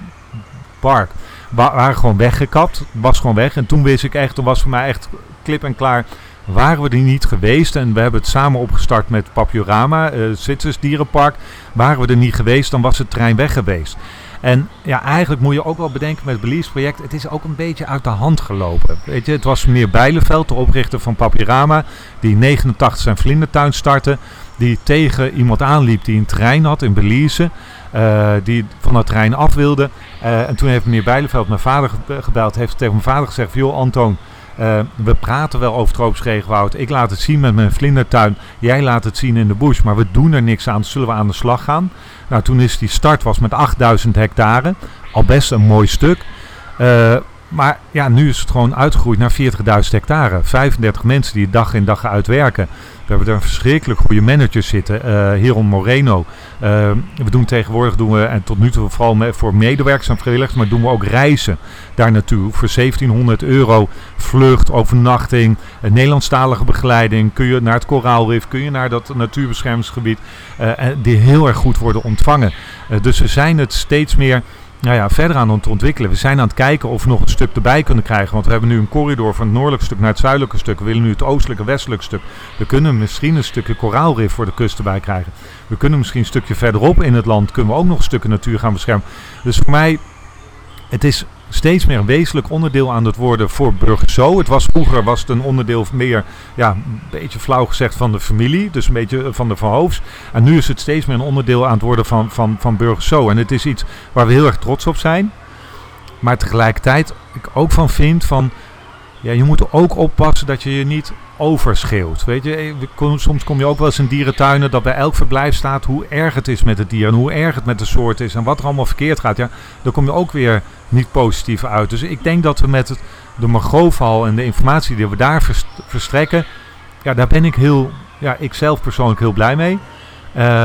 park. Wa- waren gewoon weggekapt. Was gewoon weg. En toen wist ik echt, toen was voor mij echt klip en klaar. Waren we er niet geweest, en we hebben het samen opgestart met Papiorama, uh, Zwitsers Dierenpark. Waren we er niet geweest, dan was het terrein weg geweest. En ja, eigenlijk moet je ook wel bedenken met het Belize project, het is ook een beetje uit de hand gelopen. Weet je, het was meneer Bijleveld, de oprichter van Papiorama, die in negenentachtig zijn vlindertuin startte, die tegen iemand aanliep die een terrein had in Belize, uh, die van dat terrein af wilde. Uh, en toen heeft meneer Bijleveld mijn vader gebeld, heeft tegen mijn vader gezegd, joh Antoon, Uh, we praten wel over tropisch regenwoud. Ik laat het zien met mijn vlindertuin. Jij laat het zien in de bush. Maar we doen er niks aan. Zullen we aan de slag gaan? Nou, toen is die start was met achtduizend hectare. Al best een mooi stuk. Uh, maar ja, nu is het gewoon uitgegroeid naar veertigduizend hectare. vijfendertig mensen die dag in dag uit werken. We hebben er een verschrikkelijk goede manager zitten. Uh, Heron Moreno. Uh, we doen tegenwoordig, doen we, en tot nu toe vooral me, voor medewerkers en vrijwilligers, maar doen we ook reizen daar naartoe. Voor zeventienhonderd euro vlucht, overnachting, uh, Nederlandstalige begeleiding. Kun je naar het koraalrif, kun je naar dat natuurbeschermingsgebied. Uh, die heel erg goed worden ontvangen. Uh, dus we zijn het steeds meer Nou ja, verder aan het ontwikkelen. We zijn aan het kijken of we nog een stuk erbij kunnen krijgen. Want we hebben nu een corridor van het noordelijke stuk naar het zuidelijke stuk. We willen nu het oostelijke, westelijke stuk. We kunnen misschien een stukje koraalrif voor de kust erbij krijgen. We kunnen misschien een stukje verderop in het land. Kunnen we ook nog een stukje natuur gaan beschermen. Dus voor mij, het is steeds meer een wezenlijk onderdeel aan het worden voor Burgerso. Het was vroeger was het een onderdeel meer, ja, een beetje flauw gezegd van de familie. Dus een beetje van de Van Hoofs. En nu is het steeds meer een onderdeel aan het worden van, van, van Burgerso. En het is iets waar we heel erg trots op zijn. Maar tegelijkertijd ik ook van vind van, ja, je moet ook oppassen dat je je niet overschreeuwt. Weet je, soms kom je ook wel eens in dierentuinen dat bij elk verblijf staat hoe erg het is met het dier en hoe erg het met de soort is en wat er allemaal verkeerd gaat. Ja, dan kom je ook weer niet positief uit. Dus ik denk dat we met het, de Margooval en de informatie die we daar verstrekken, ja, daar ben ik heel, ja, ik zelf persoonlijk heel blij mee. Uh,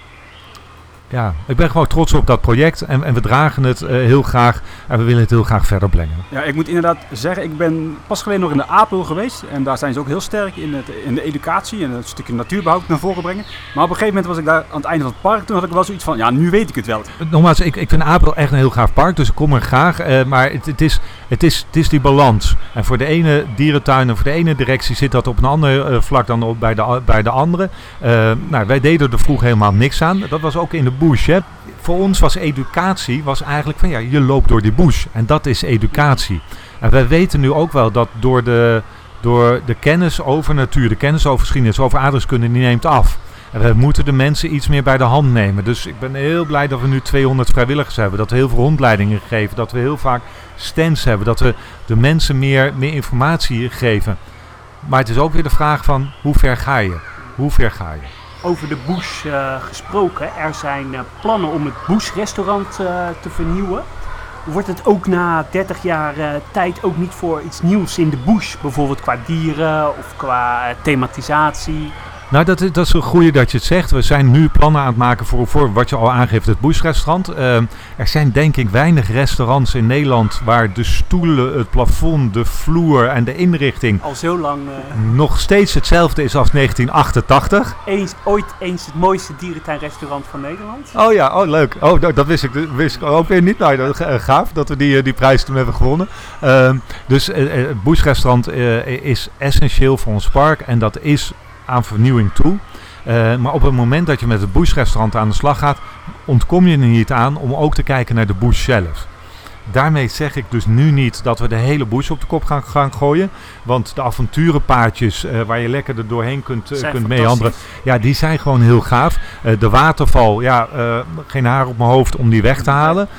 Ja, ik ben gewoon trots op dat project en, en we dragen het uh, heel graag en we willen het heel graag verder brengen. Ja, ik moet inderdaad zeggen, ik ben pas geleden nog in de APEL geweest en daar zijn ze ook heel sterk in, het, in de educatie en een stukje natuurbehoud naar voren brengen. Maar op een gegeven moment was ik daar aan het einde van het park, toen had ik wel zoiets van, ja, nu weet ik het wel. Nogmaals, ik, ik vind APEL echt een heel gaaf park, dus ik kom er graag, uh, maar het, het, is, het, is, het is die balans. En voor de ene dierentuin en voor de ene directie zit dat op een ander uh, vlak dan op bij, de, bij de andere. Uh, nou, wij deden er vroeger helemaal niks aan. Dat was ook in de bush, hè. Voor ons was educatie was eigenlijk van ja, je loopt door die bush en dat is educatie. En wij weten nu ook wel dat door de, door de kennis over natuur, de kennis over geschiedenis, over aardrijkskunde, die neemt af. En we moeten de mensen iets meer bij de hand nemen. Dus ik ben heel blij dat we nu tweehonderd vrijwilligers hebben, dat we heel veel rondleidingen geven, dat we heel vaak stands hebben, dat we de mensen meer, meer informatie geven. Maar het is ook weer de vraag van hoe ver ga je? Hoe ver ga je? Over de Bush uh, gesproken, er zijn uh, plannen om het Bush restaurant uh, te vernieuwen. Wordt het ook na dertig jaar uh, tijd ook niet voor iets nieuws in de Bush? Bijvoorbeeld qua dieren of qua uh, thematisatie? Nou, dat is, dat is een goeie dat je het zegt. We zijn nu plannen aan het maken voor, voor wat je al aangeeft, het Bush-restaurant. Uh, er zijn denk ik weinig restaurants in Nederland waar de stoelen, het plafond, de vloer en de inrichting al zo lang uh, nog steeds hetzelfde is als negentien achtentachtig. Eens, ooit eens het mooiste dierentuinrestaurant van Nederland. Oh ja, oh leuk. Oh, dat, dat wist ik, dat wist ik ook weer niet. Nou, dat is uh, gaaf dat we die, die prijs toen hebben gewonnen. Uh, dus uh, het Bush-restaurant uh, is essentieel voor ons park en dat is aan vernieuwing toe. Uh, maar op het moment dat je met het Bush-restaurant aan de slag gaat, ontkom je er niet aan om ook te kijken naar de Bush zelf. Daarmee zeg ik dus nu niet dat we de hele Bush op de kop gaan, gaan gooien. Want de avonturenpaadjes uh, waar je lekker er doorheen kunt, uh, kunt meehandelen, ja, die zijn gewoon heel gaaf. Uh, de waterval, ja, uh, geen haar op mijn hoofd om die weg te halen.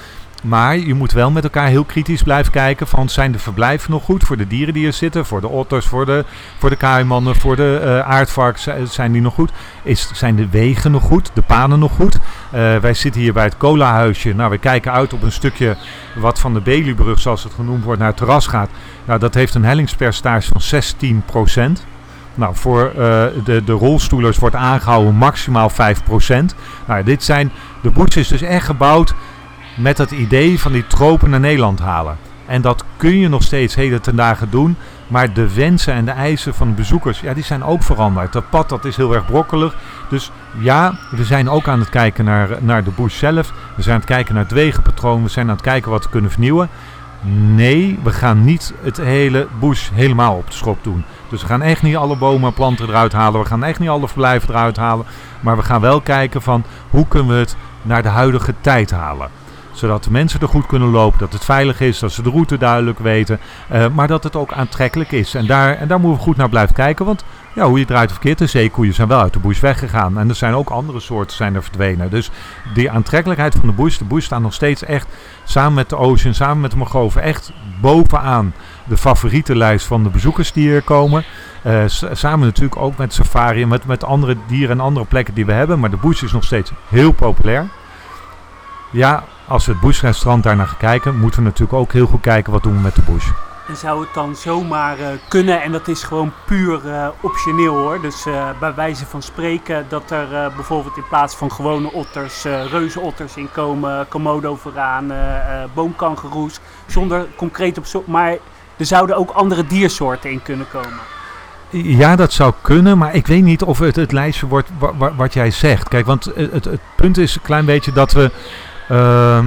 Maar je moet wel met elkaar heel kritisch blijven kijken van zijn de verblijven nog goed voor de dieren die er zitten, voor de otters, voor de, voor de kaaimannen, voor de uh, aardvarks, zijn die nog goed? Is, zijn de wegen nog goed? De paden nog goed? Uh, wij zitten hier bij het colahuisje. Nou, we kijken uit op een stukje wat van de Beliebrug, zoals het genoemd wordt, naar het terras gaat. Nou, dat heeft een hellingspercentage van zestien procent. Nou, voor uh, de, de rolstoelers wordt aangehouden maximaal vijf procent. Nou, dit zijn, de Bush is dus echt gebouwd met het idee van die tropen naar Nederland halen. En dat kun je nog steeds heden ten dagen doen. Maar de wensen en de eisen van de bezoekers, ja, die zijn ook veranderd. Dat pad, dat is heel erg brokkelig. Dus ja, we zijn ook aan het kijken naar, naar de Bush zelf. We zijn aan het kijken naar het wegenpatroon. We zijn aan het kijken wat we kunnen vernieuwen. Nee, we gaan niet het hele Bush helemaal op de schop doen. Dus we gaan echt niet alle bomen en planten eruit halen. We gaan echt niet alle verblijven eruit halen. Maar we gaan wel kijken van hoe kunnen we het naar de huidige tijd halen. Zodat de mensen er goed kunnen lopen, dat het veilig is, dat ze de route duidelijk weten. Uh, maar dat het ook aantrekkelijk is. En daar, en daar moeten we goed naar blijven kijken. Want ja, hoe je draait of verkeerd, de zeekoeien zijn wel uit de bush weggegaan. En er zijn ook andere soorten zijn er verdwenen. Dus die aantrekkelijkheid van de bush, de bush staat nog steeds echt samen met de Ocean, samen met de mangroven, echt bovenaan de favorietenlijst van de bezoekers die hier komen. Uh, s- samen natuurlijk ook met safari en met, met andere dieren en andere plekken die we hebben. Maar de bush is nog steeds heel populair. Ja, als we het Bush-restaurant daar naar gaan kijken, moeten we natuurlijk ook heel goed kijken wat doen we met de Bush. En zou het dan zomaar uh, kunnen, en dat is gewoon puur uh, optioneel hoor, dus uh, bij wijze van spreken dat er uh, bijvoorbeeld in plaats van gewone otters, uh, reuzenotters in komen, komodo-varanen, uh, boomkangoeroes, zonder concreet op zo, maar er zouden ook andere diersoorten in kunnen komen. Ja, dat zou kunnen, maar ik weet niet of het het lijstje wordt wa- wa- wat jij zegt. Kijk, want het, het, het punt is een klein beetje dat we... Uh,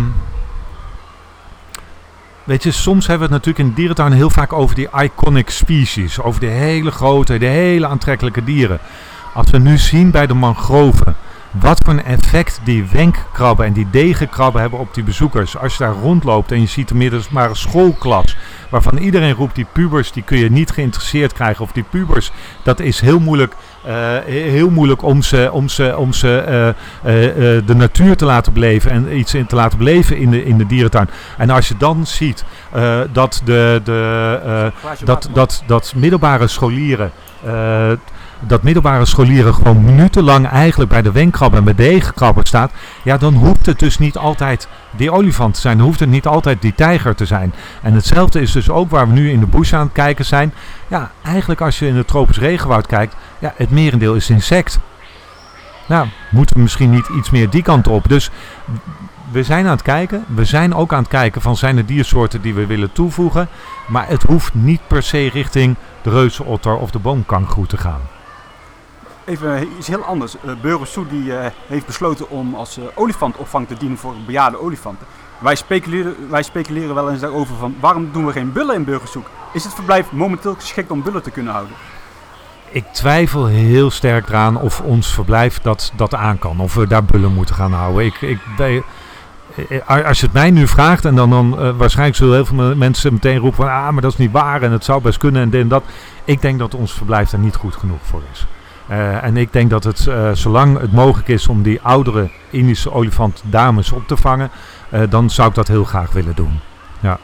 weet je, soms hebben we het natuurlijk in de dierentuin heel vaak over die iconic species. Over die hele grote, de hele aantrekkelijke dieren. Als we nu zien bij de mangroven, wat voor een effect die wenkkrabben en die degenkrabben hebben op die bezoekers. Als je daar rondloopt en je ziet er middelbare schoolklas, waarvan iedereen roept die pubers, die kun je niet geïnteresseerd krijgen. Of die pubers, dat is heel moeilijk, uh, heel moeilijk om ze, om ze, om ze uh, uh, uh, de natuur te laten beleven en iets in te laten beleven in de, in de dierentuin. En als je dan ziet uh, dat, de, de, uh, dat, dat, dat middelbare scholieren... Uh, dat middelbare scholieren gewoon minutenlang eigenlijk bij de wenkkrabben en bij de degenkrabben staat, ja, dan hoeft het dus niet altijd die olifant te zijn. Dan hoeft het niet altijd die tijger te zijn. En hetzelfde is dus ook waar we nu in de bush aan het kijken zijn. Ja, eigenlijk als je in het tropisch regenwoud kijkt, ja, het merendeel is insect. Nou, moeten we misschien niet iets meer die kant op. Dus we zijn aan het kijken. We zijn ook aan het kijken van zijn er diersoorten die we willen toevoegen. Maar het hoeft niet per se richting de reuzenotter of de boomkangoeroe te gaan. Even iets heel anders. Uh, Burgersoe die uh, heeft besloten om als uh, olifantopvang te dienen voor bejaarde olifanten. Wij speculeren, wij speculeren wel eens daarover van waarom doen we geen bullen in Burgersoe? Is het verblijf momenteel geschikt om bullen te kunnen houden? Ik twijfel heel sterk eraan of ons verblijf dat, dat aan kan. Of we daar bullen moeten gaan houden. Ik, ik, bij, als je het mij nu vraagt en dan, dan uh, waarschijnlijk zullen heel veel mensen meteen roepen van ah, maar dat is niet waar en het zou best kunnen en dit en dat. Ik denk dat ons verblijf daar niet goed genoeg voor is. Uh, en ik denk dat het, uh, zolang het mogelijk is om die oudere Indische olifantdames op te vangen, uh, dan zou ik dat heel graag willen doen. Ja.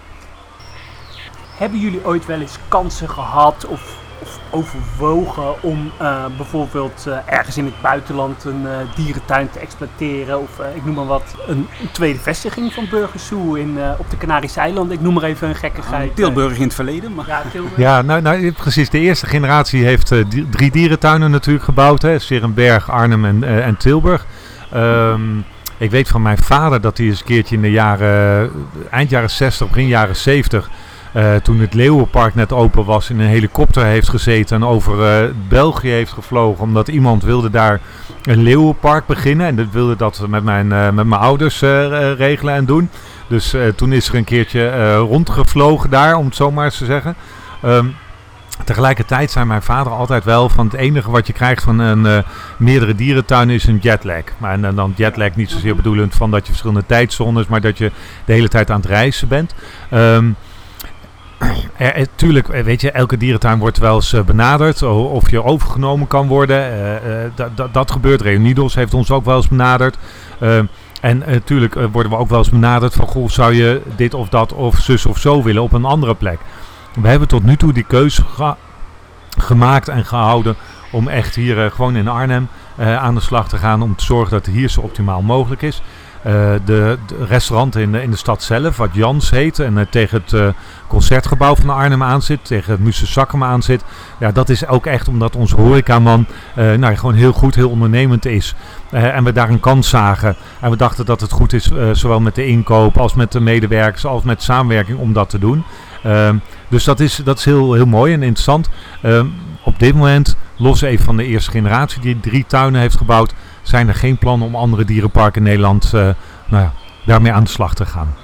Hebben jullie ooit wel eens kansen gehad of, of overwogen om uh, bijvoorbeeld uh, ergens in het buitenland een uh, dierentuin te exploiteren? Of uh, ik noem maar wat, een, een tweede vestiging van Burgersoe in, uh, op de Canarische eilanden. Ik noem maar even een gekkigheid. Uh, Tilburg in het verleden. Maar... Ja, Tilburg. Ja, nou, nou precies. De eerste generatie heeft uh, die, drie dierentuinen natuurlijk gebouwd. Hè. 's-Heerenberg, Arnhem en, uh, en Tilburg. Um, ik weet van mijn vader dat hij eens een keertje in de jaren, eind jaren zestig, begin jaren zeventig... Uh, toen het Leeuwenpark net open was, in een helikopter heeft gezeten en over uh, België heeft gevlogen. Omdat iemand wilde daar een Leeuwenpark beginnen. En dat wilde dat met mijn, uh, met mijn ouders uh, regelen en doen. Dus uh, toen is er een keertje uh, rondgevlogen daar, om het zo maar eens te zeggen. Um, tegelijkertijd zei mijn vader altijd wel van het enige wat je krijgt van een uh, meerdere dierentuinen is een jetlag. Maar en, en dan jetlag niet zozeer bedoelend van dat je verschillende tijdzones, maar dat je de hele tijd aan het reizen bent. Um, Er, er, tuurlijk, weet je, elke dierentuin wordt wel eens uh, benaderd of je overgenomen kan worden. Uh, uh, dat, dat, dat gebeurt. Reunidos heeft ons ook wel eens benaderd. Uh, En natuurlijk uh, worden we ook wel eens benaderd van, goh, zou je dit of dat of zus of zo willen op een andere plek? We hebben tot nu toe die keuze ge- gemaakt en gehouden om echt hier uh, gewoon in Arnhem uh, aan de slag te gaan om te zorgen dat het hier zo optimaal mogelijk is. Uh, de, de restaurant in de, in de stad zelf, wat Jans heet en uh, tegen het uh, concertgebouw van Arnhem aan zit, tegen het Muses Zakkum aan zit. Ja, dat is ook echt omdat onze horecaman uh, nou, gewoon heel goed, heel ondernemend is. Uh, en we daar een kans zagen. En we dachten dat het goed is, uh, zowel met de inkoop als met de medewerkers, als met samenwerking om dat te doen. Uh, dus dat is, dat is heel, heel mooi en interessant. Uh, op dit moment, los even van de eerste generatie die drie tuinen heeft gebouwd, zijn er geen plannen om andere dierenparken in Nederland uh, nou ja, daarmee aan de slag te gaan.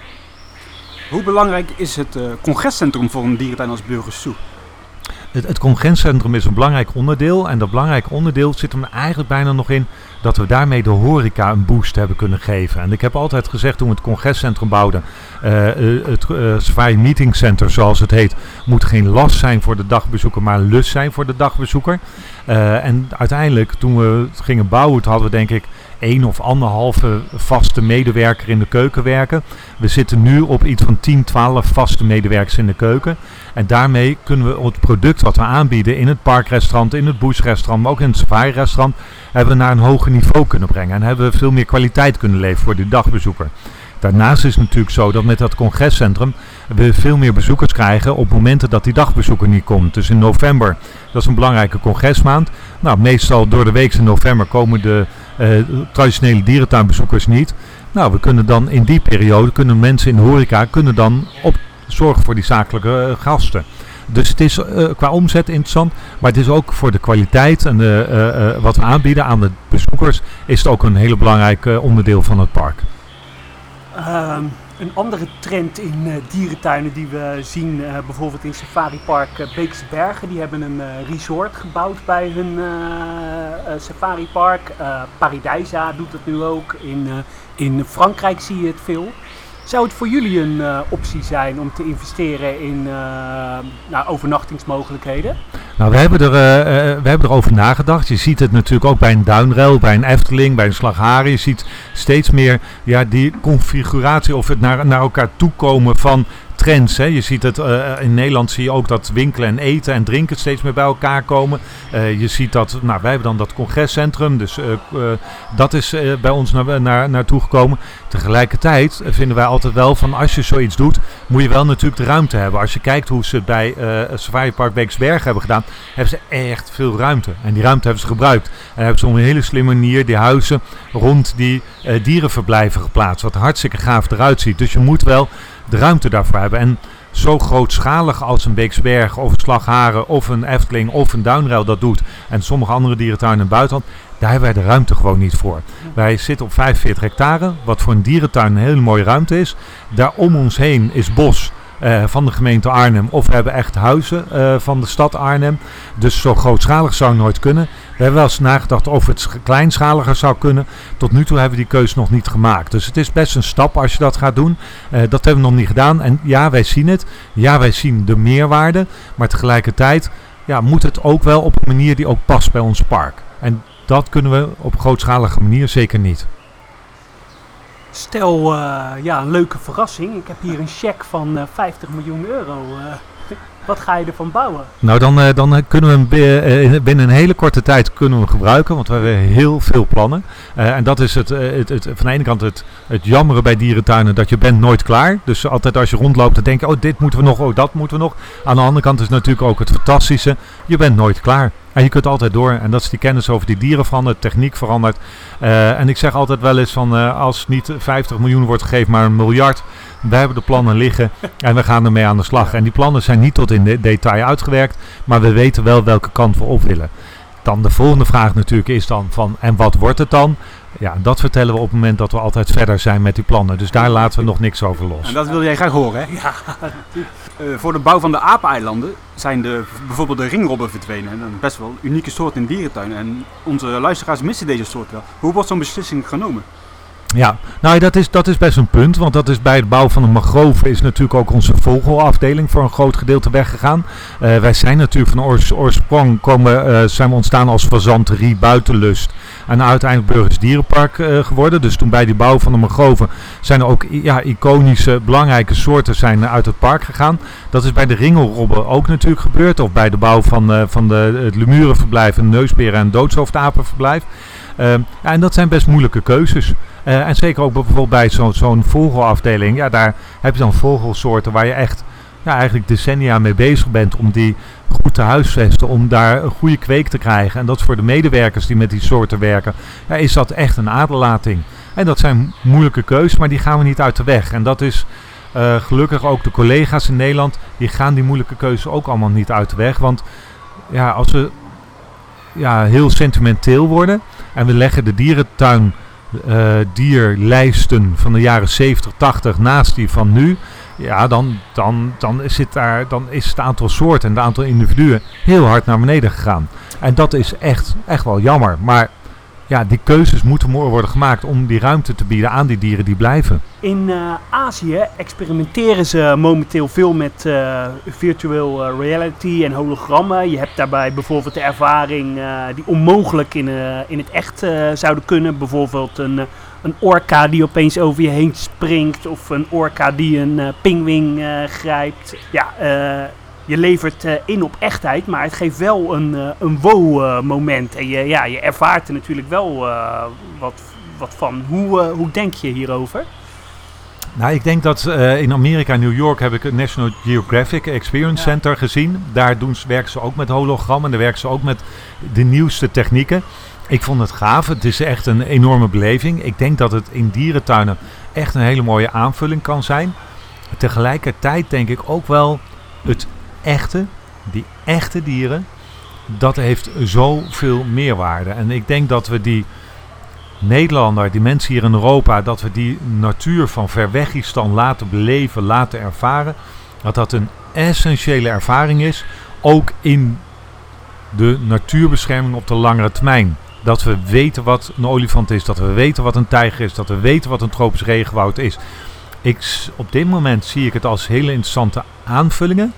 Hoe belangrijk is het uh, congrescentrum voor een dierentuin als Burgersoe? Het, het congrescentrum is een belangrijk onderdeel. En dat belangrijke onderdeel zit hem eigenlijk bijna nog in dat we daarmee de horeca een boost hebben kunnen geven. En ik heb altijd gezegd toen we het congrescentrum bouwden, uh, het uh, Safari Meeting Center zoals het heet, moet geen last zijn voor de dagbezoeker, maar een lust zijn voor de dagbezoeker. Uh, en uiteindelijk toen we het gingen bouwen, hadden we denk ik één of anderhalve vaste medewerker in de keuken werken. We zitten nu op iets van tien, twaalf vaste medewerkers in de keuken. En daarmee kunnen we het product wat we aanbieden in het parkrestaurant, in het bushrestaurant, maar ook in het safari-restaurant, hebben we naar een hoger niveau kunnen brengen. En hebben we veel meer kwaliteit kunnen leveren voor de dagbezoeker. Daarnaast is het natuurlijk zo dat met dat congrescentrum we veel meer bezoekers krijgen op momenten dat die dagbezoeker niet komt. Dus in november, dat is een belangrijke congresmaand. Nou, meestal door de week in november komen de uh, traditionele dierentuinbezoekers niet. Nou, we kunnen dan in die periode, kunnen mensen in de horeca kunnen dan op zorgen voor die zakelijke uh, gasten. Dus het is uh, qua omzet interessant, maar het is ook voor de kwaliteit en de, uh, uh, wat we aanbieden aan de bezoekers, is het ook een hele belangrijk uh, onderdeel van het park. Uh, een andere trend in uh, dierentuinen die we zien, uh, bijvoorbeeld in Safari Park uh, Beekse Bergen, die hebben een uh, resort gebouwd bij hun uh, uh, Safari Park. Uh, Paradijsa doet het nu ook. In, uh, in Frankrijk zie je het veel. Zou het voor jullie een uh, optie zijn om te investeren in uh, nou, overnachtingsmogelijkheden? Nou, we hebben, er, uh, uh, we hebben erover nagedacht. Je ziet het natuurlijk ook bij een Duinrel, bij een Efteling, bij een Slagharen. Je ziet steeds meer ja, die configuratie of het naar, naar elkaar toekomen van trends. Hè. Je ziet het uh, in Nederland zie je ook dat winkelen en eten en drinken steeds meer bij elkaar komen. Uh, je ziet dat, nou wij hebben dan dat congrescentrum, dus uh, uh, dat is uh, bij ons naar, naar, naartoe gekomen. Tegelijkertijd vinden wij altijd wel van als je zoiets doet, moet je wel natuurlijk de ruimte hebben. Als je kijkt hoe ze het bij uh, Safari Park Beekse Bergen hebben gedaan, hebben ze echt veel ruimte. En die ruimte hebben ze gebruikt. En hebben ze op een hele slimme manier die huizen rond die uh, dierenverblijven geplaatst, wat hartstikke gaaf eruit ziet. Dus je moet wel de ruimte daarvoor hebben. En zo grootschalig als een Beekse Bergen of een Slagharen of een Efteling of een Duinrel dat doet en sommige andere dierentuinen in het buitenland, daar hebben wij de ruimte gewoon niet voor. Wij zitten op vijfenveertig hectare, wat voor een dierentuin een hele mooie ruimte is. Daar om ons heen is bos uh, van de gemeente Arnhem of we hebben echt huizen uh, van de stad Arnhem. Dus zo grootschalig zou het nooit kunnen. We hebben wel eens nagedacht of het kleinschaliger zou kunnen. Tot nu toe hebben we die keuze nog niet gemaakt. Dus het is best een stap als je dat gaat doen. Uh, dat hebben we nog niet gedaan. En ja, wij zien het. Ja, wij zien de meerwaarde. Maar tegelijkertijd ja, moet het ook wel op een manier die ook past bij ons park. En dat kunnen we op een grootschalige manier zeker niet. Stel, uh, ja, een leuke verrassing. Ik heb hier een cheque van uh, vijftig miljoen euro. Uh, wat ga je ervan bouwen? Nou, dan, uh, dan kunnen we hem uh, binnen een hele korte tijd kunnen we hem gebruiken. Want we hebben heel veel plannen. Uh, en dat is het, uh, het, het, van de ene kant het, het jammeren bij dierentuinen dat je bent nooit klaar. Dus altijd als je rondloopt dan denk je, oh dit moeten we nog, oh dat moeten we nog. Aan de andere kant is natuurlijk ook het fantastische. Je bent nooit klaar. En je kunt altijd door. En dat is die kennis over die dieren verandert, techniek verandert. Uh, en ik zeg altijd wel eens van uh, als niet vijftig miljoen wordt gegeven, maar een miljard. Wij hebben de plannen liggen en we gaan ermee aan de slag. En die plannen zijn niet tot in de detail uitgewerkt, maar we weten wel welke kant we op willen. Dan de volgende vraag natuurlijk is dan van, en wat wordt het dan? Ja, dat vertellen we op het moment dat we altijd verder zijn met die plannen. Dus daar laten we nog niks over los. En dat wil jij graag horen, hè? Ja. Uh, voor de bouw van de apeneilanden zijn de, bijvoorbeeld de ringrobben verdwenen. En een best wel unieke soort in dierentuinen. En onze luisteraars missen deze soort wel. Hoe wordt zo'n beslissing genomen? Ja, nou dat is, dat is best een punt, want dat is bij het bouwen van de mangrove is natuurlijk ook onze vogelafdeling voor een groot gedeelte weggegaan. Uh, wij zijn natuurlijk van oors, oorsprong komen, uh, zijn we ontstaan als fazanterie, buitenlust en uiteindelijk Burgers Dierenpark uh, geworden. Dus toen bij die bouw van de mangrove zijn er ook ja, iconische, belangrijke soorten zijn uit het park gegaan. Dat is bij de ringelrobben ook natuurlijk gebeurd, of bij de bouw van, uh, van de, het lemurenverblijf, een neusberen en doodshoofdapenverblijf. Uh, ja, en dat zijn best moeilijke keuzes. Uh, en zeker ook bijvoorbeeld bij zo, zo'n vogelafdeling. Ja, daar heb je dan vogelsoorten waar je echt ja, eigenlijk decennia mee bezig bent om die goed te huisvesten, om daar een goede kweek te krijgen. En dat is voor de medewerkers die met die soorten werken, ja, is dat echt een aderlating. En dat zijn moeilijke keuzes, maar die gaan we niet uit de weg. En dat is uh, gelukkig ook de collega's in Nederland, die gaan die moeilijke keuzes ook allemaal niet uit de weg. Want ja, als we ja, heel sentimenteel worden en we leggen de dierentuin Uh, dierlijsten van de jaren zeventig, tachtig naast die van nu, ja, dan, dan, dan, zit daar, dan is het aantal soorten en het aantal individuen heel hard naar beneden gegaan. En dat is echt, echt wel jammer. Maar ja, die keuzes moeten worden gemaakt om die ruimte te bieden aan die dieren die blijven. In uh, Azië experimenteren ze momenteel veel met uh, virtual reality en hologrammen. Je hebt daarbij bijvoorbeeld de ervaring uh, die onmogelijk in, uh, in het echt uh, zouden kunnen. Bijvoorbeeld een, een orka die opeens over je heen springt of een orka die een uh, pinguïn uh, grijpt. Ja, uh, je levert uh, in op echtheid, maar het geeft wel een, uh, een wow-moment. Uh, en je, ja, je ervaart er natuurlijk wel uh, wat, wat van. Hoe, uh, hoe denk je hierover? Nou, ik denk dat uh, in Amerika, New York, heb ik het National Geographic Experience ja. Center gezien. Daar doen, werken ze ook met hologrammen, daar werken ze ook met de nieuwste technieken. Ik vond het gaaf, het is echt een enorme beleving. Ik denk dat het in dierentuinen echt een hele mooie aanvulling kan zijn. Tegelijkertijd denk ik ook wel het echte, die echte dieren, dat heeft zoveel meerwaarde. En ik denk dat we die Nederlander, die mensen hier in Europa, dat we die natuur van Verwegistan laten beleven, laten ervaren. Dat dat een essentiële ervaring is, ook in de natuurbescherming op de langere termijn. Dat we weten wat een olifant is, dat we weten wat een tijger is, dat we weten wat een tropisch regenwoud is. Ik, op dit moment zie ik het als hele interessante aanvullingen.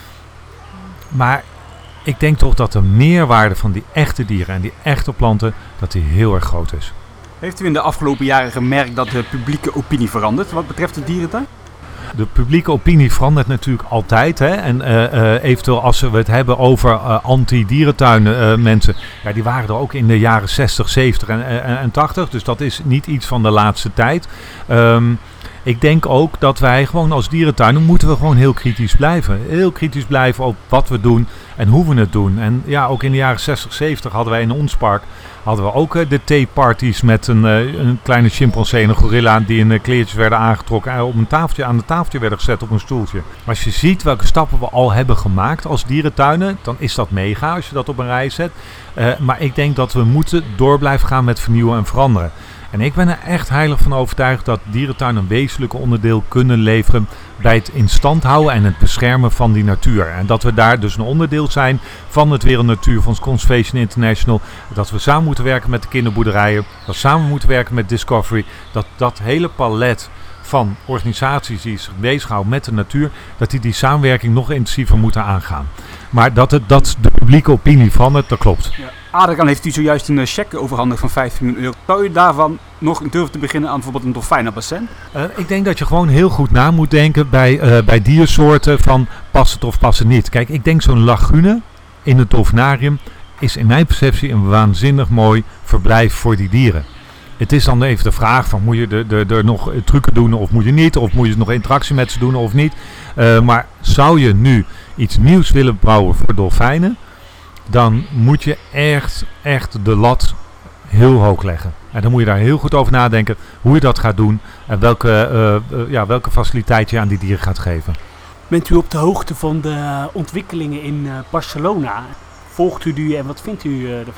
Maar ik denk toch dat de meerwaarde van die echte dieren en die echte planten, dat die heel erg groot is. Heeft u in de afgelopen jaren gemerkt dat de publieke opinie verandert wat betreft de dierentuin? De publieke opinie verandert natuurlijk altijd. Hè? En uh, uh, eventueel als we het hebben over uh, anti-dierentuinen uh, mensen. Ja, die waren er ook in de jaren zestig, zeventig en, en, en tachtig. Dus dat is niet iets van de laatste tijd. Um, ik denk ook dat wij gewoon als dierentuinen moeten we gewoon heel kritisch blijven. Heel kritisch blijven op wat we doen en hoe we het doen. En ja, ook in de jaren zestig, zeventig hadden wij in ons park hadden we ook uh, de theeparties met een, uh, een kleine chimpansee en een gorilla die in uh, kleertjes werden aangetrokken en op een tafeltje, aan de tafeltje werden gezet op een stoeltje. Maar als je ziet welke stappen we al hebben gemaakt als dierentuinen, dan is dat mega als je dat op een rij zet. Uh, maar ik denk dat we moeten door blijven gaan met vernieuwen en veranderen. En ik ben er echt heilig van overtuigd dat dierentuinen een wezenlijke onderdeel kunnen leveren bij het in stand houden en het beschermen van die natuur. En dat we daar dus een onderdeel zijn van het Wereld Natuurfonds Conservation International. Dat we samen moeten werken met de kinderboerderijen. Dat we samen moeten werken met Discovery. Dat dat hele palet van organisaties die zich bezighouden met de natuur, dat die die samenwerking nog intensiever moeten aangaan. Maar dat, het, dat de publieke opinie van het, dat klopt. Ja. Adriaan heeft u zojuist een cheque overhandigd van vijftien miljoen euro. Zou u daarvan nog durven te beginnen aan bijvoorbeeld een dolfijnenbassin? Uh, ik denk dat je gewoon heel goed na moet denken bij, uh, bij diersoorten van past het of past het niet. Kijk, ik denk zo'n lagune in het dolfinarium is in mijn perceptie een waanzinnig mooi verblijf voor die dieren. Het is dan even de vraag van moet je er de, de, nog trucken doen of moet je niet? Of moet je nog interactie met ze doen of niet? Uh, maar zou je nu iets nieuws willen bouwen voor dolfijnen, dan moet je echt, echt de lat heel hoog leggen. En dan moet je daar heel goed over nadenken hoe je dat gaat doen en welke, uh, uh, ja, welke faciliteit je aan die dieren gaat geven. Bent u op de hoogte van de ontwikkelingen in uh, Barcelona? Volgt u die en wat vindt u uh, ervan?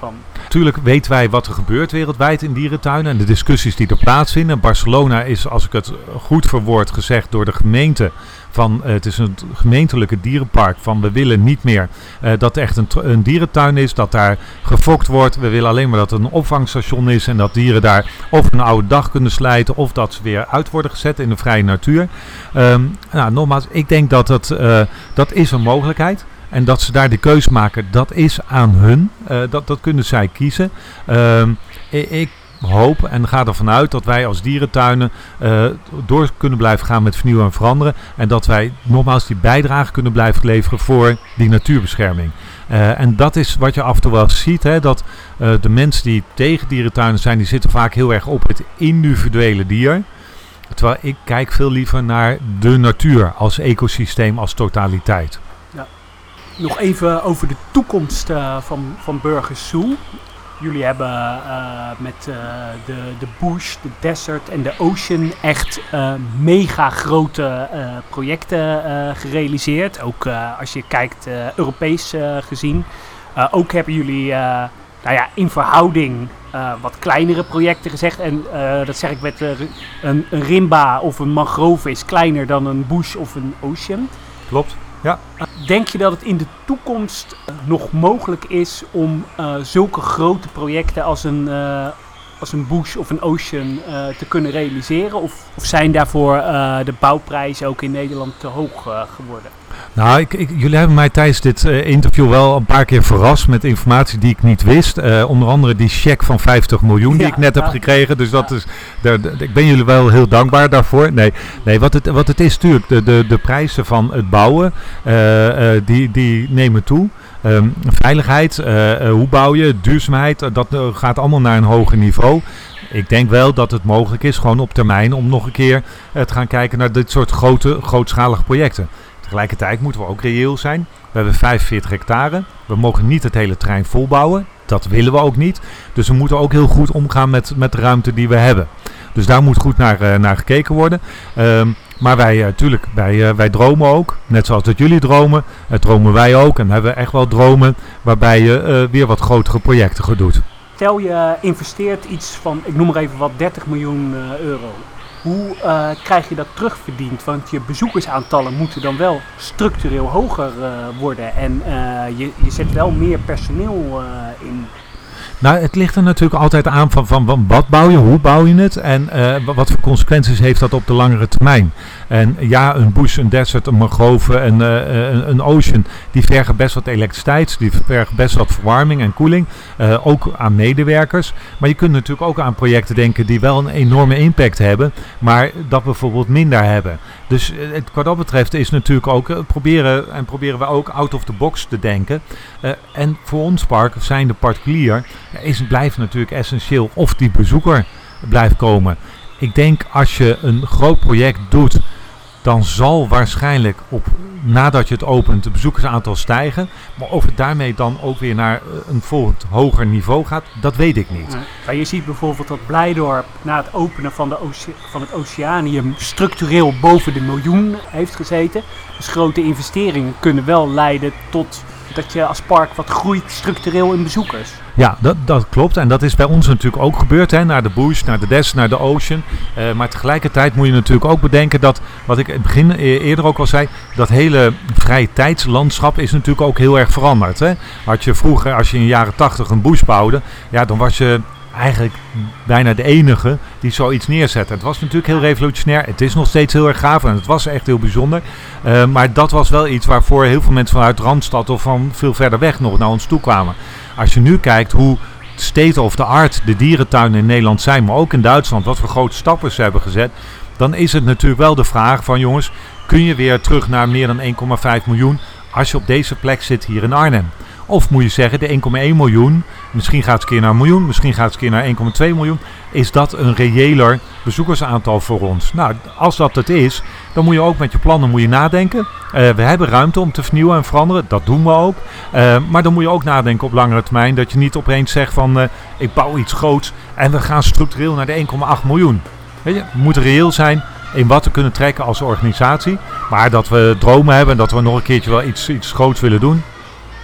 natuurlijk weten wij wat er gebeurt wereldwijd in dierentuinen en de discussies die er plaatsvinden. Barcelona is, als ik het goed verwoord gezegd, door de gemeente van, uh, het is een gemeentelijke dierenpark, van we willen niet meer uh, dat het echt een, een dierentuin is, dat daar gefokt wordt. We willen alleen maar dat het een opvangstation is en dat dieren daar of een oude dag kunnen slijten of dat ze weer uit worden gezet in de vrije natuur. Um, nou, nogmaals, ik denk dat het, uh, dat is een mogelijkheid. En dat ze daar de keus maken, dat is aan hun. Uh, dat, dat kunnen zij kiezen. Uh, ik hoop en ga ervan uit dat wij als dierentuinen uh, door kunnen blijven gaan met vernieuwen en veranderen. En dat wij nogmaals die bijdrage kunnen blijven leveren voor die natuurbescherming. Uh, en dat is wat je af en toe wel ziet. Hè, dat uh, de mensen die tegen dierentuinen zijn, die zitten vaak heel erg op het individuele dier. Terwijl ik kijk veel liever naar de natuur als ecosysteem, als totaliteit. Ja. Nog even over de toekomst uh, van, van Burgers Zoo. Jullie hebben uh, met uh, de, de bush, de desert en de ocean echt uh, mega grote uh, projecten uh, gerealiseerd. Ook uh, als je kijkt uh, Europees uh, gezien. Uh, ook hebben jullie uh, nou ja, in verhouding uh, wat kleinere projecten gezegd. En uh, dat zeg ik met uh, een, een rimba of een mangrove is kleiner dan een bush of een ocean. Klopt. Ja. Denk je dat het in de toekomst nog mogelijk is om uh, zulke grote projecten als een, uh, als een bush of een ocean uh, te kunnen realiseren? Of, of zijn daarvoor uh, de bouwprijzen ook in Nederland te hoog uh, geworden? Nou, ik, ik, jullie hebben mij tijdens dit uh, interview wel een paar keer verrast met informatie die ik niet wist. Uh, onder andere die cheque van vijftig miljoen die ja, ik net ja. heb gekregen. Dus dat ja. is, de, de, ik ben jullie wel heel dankbaar daarvoor. Nee, nee wat, het, wat het is natuurlijk, de, de, de prijzen van het bouwen, uh, uh, die, die nemen toe. Um, veiligheid, uh, uh, hoe bouw je, duurzaamheid, uh, dat uh, gaat allemaal naar een hoger niveau. Ik denk wel dat het mogelijk is, gewoon op termijn, om nog een keer uh, te gaan kijken naar dit soort grote, grootschalige projecten. Tegelijkertijd moeten we ook reëel zijn. We hebben vijfenveertig hectare. We mogen niet het hele terrein volbouwen. Dat willen we ook niet. Dus we moeten ook heel goed omgaan met, met de ruimte die we hebben. Dus daar moet goed naar, uh, naar gekeken worden. Um, maar wij, uh, tuurlijk, wij, uh, wij dromen ook. Net zoals dat jullie dromen, uh, dromen wij ook. En hebben we echt wel dromen waarbij je uh, weer wat grotere projecten gaat doen. Stel je investeert iets van, ik noem maar even wat, dertig miljoen uh, euro. Hoe uh, krijg je dat terugverdiend? Want je bezoekersaantallen moeten dan wel structureel hoger uh, worden. En uh, je, je zet wel meer personeel uh, in. Nou, het ligt er natuurlijk altijd aan van, van, van wat bouw je, hoe bouw je het en uh, wat voor consequenties heeft dat op de langere termijn. En ja, een bush, een desert, een mangrove en uh, een, een ocean, die vergen best wat elektriciteit, die vergen best wat verwarming en koeling, uh, ook aan medewerkers. Maar je kunt natuurlijk ook aan projecten denken die wel een enorme impact hebben, maar dat bijvoorbeeld minder hebben. Dus uh, het, wat dat betreft is natuurlijk ook uh, proberen en proberen we ook out of the box te denken. Uh, en voor ons park, zijn de particulier, is het blijft natuurlijk essentieel of die bezoeker blijft komen. Ik denk als je een groot project doet, dan zal waarschijnlijk op, nadat je het opent, het bezoekersaantal stijgen. Maar of het daarmee dan ook weer naar een volgend hoger niveau gaat, dat weet ik niet. Maar je ziet bijvoorbeeld dat Blijdorp na het openen van, de Oce- van het Oceanium structureel boven de miljoen heeft gezeten. Dus grote investeringen kunnen wel leiden tot dat je als park wat groeit structureel in bezoekers. Ja, dat, dat klopt. En dat is bij ons natuurlijk ook gebeurd. Hè? Naar de bush, naar de desert, naar de ocean. Uh, maar tegelijkertijd moet je natuurlijk ook bedenken dat, wat ik in het begin e- eerder ook al zei, dat hele vrije tijdslandschap is natuurlijk ook heel erg veranderd. Hè? Had je vroeger, als je in de jaren tachtig een bush bouwde, ja, dan was je eigenlijk bijna de enige die zoiets neerzette. Het was natuurlijk heel revolutionair. Het is nog steeds heel erg gaaf en het was echt heel bijzonder. Uh, maar dat was wel iets waarvoor heel veel mensen vanuit Randstad of van veel verder weg nog naar ons toe kwamen. Als je nu kijkt hoe state of the art de dierentuinen in Nederland zijn, maar ook in Duitsland, wat voor grote stappen ze hebben gezet, dan is het natuurlijk wel de vraag van jongens, kun je weer terug naar meer dan één komma vijf miljoen als je op deze plek zit hier in Arnhem? Of moet je zeggen, de één komma één miljoen, misschien gaat het een keer naar een miljoen, misschien gaat het een keer naar één komma twee miljoen. Is dat een reëler bezoekersaantal voor ons? Nou, als dat het is, dan moet je ook met je plannen moet je nadenken. Uh, we hebben ruimte om te vernieuwen en veranderen, dat doen we ook. Uh, maar dan moet je ook nadenken op langere termijn, dat je niet opeens zegt van, uh, ik bouw iets groots en we gaan structureel naar de één komma acht miljoen. Weet je, we moeten reëel zijn in wat we kunnen trekken als organisatie. Maar dat we dromen hebben en dat we nog een keertje wel iets, iets groots willen doen.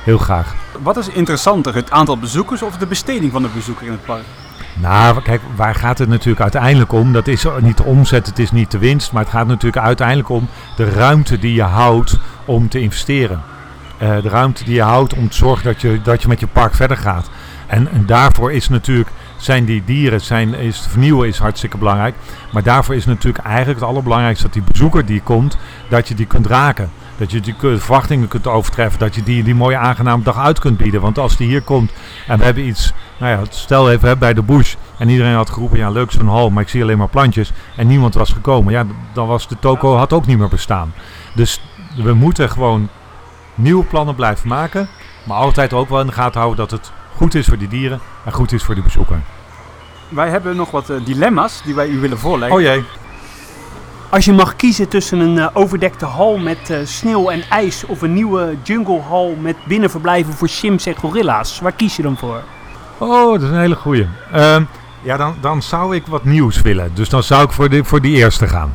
heel graag. Wat is interessanter, het aantal bezoekers of de besteding van de bezoeker in het park? Nou, kijk, waar gaat het natuurlijk uiteindelijk om? Dat is niet de omzet, het is niet de winst, maar het gaat natuurlijk uiteindelijk om de ruimte die je houdt om te investeren. Uh, de ruimte die je houdt om te zorgen dat je, dat je met je park verder gaat. En, en daarvoor is natuurlijk, zijn die dieren, zijn, is het vernieuwen is hartstikke belangrijk. Maar daarvoor is natuurlijk eigenlijk het allerbelangrijkste dat die bezoeker die komt, dat je die kunt raken. Dat je die verwachtingen kunt overtreffen. Dat je die, die mooie aangename dag uit kunt bieden. Want als die hier komt en we hebben iets, nou ja, stel even hè, bij de Bush. En iedereen had geroepen, ja leuk zo'n hal, maar ik zie alleen maar plantjes. En niemand was gekomen. Ja, dan was de toko had ook niet meer bestaan. Dus we moeten gewoon nieuwe plannen blijven maken. Maar altijd ook wel in de gaten houden dat het goed is voor die dieren en goed is voor die bezoeker. Wij hebben nog wat uh, dilemma's die wij u willen voorleggen. Oh jee. Als je mag kiezen tussen een uh, overdekte hal met uh, sneeuw en ijs of een nieuwe junglehal met binnenverblijven voor chimps en gorilla's, waar kies je dan voor? Oh, dat is een hele goeie. Uh, ja, dan, dan zou ik wat nieuws willen. Dus dan zou ik voor, de, voor die eerste gaan.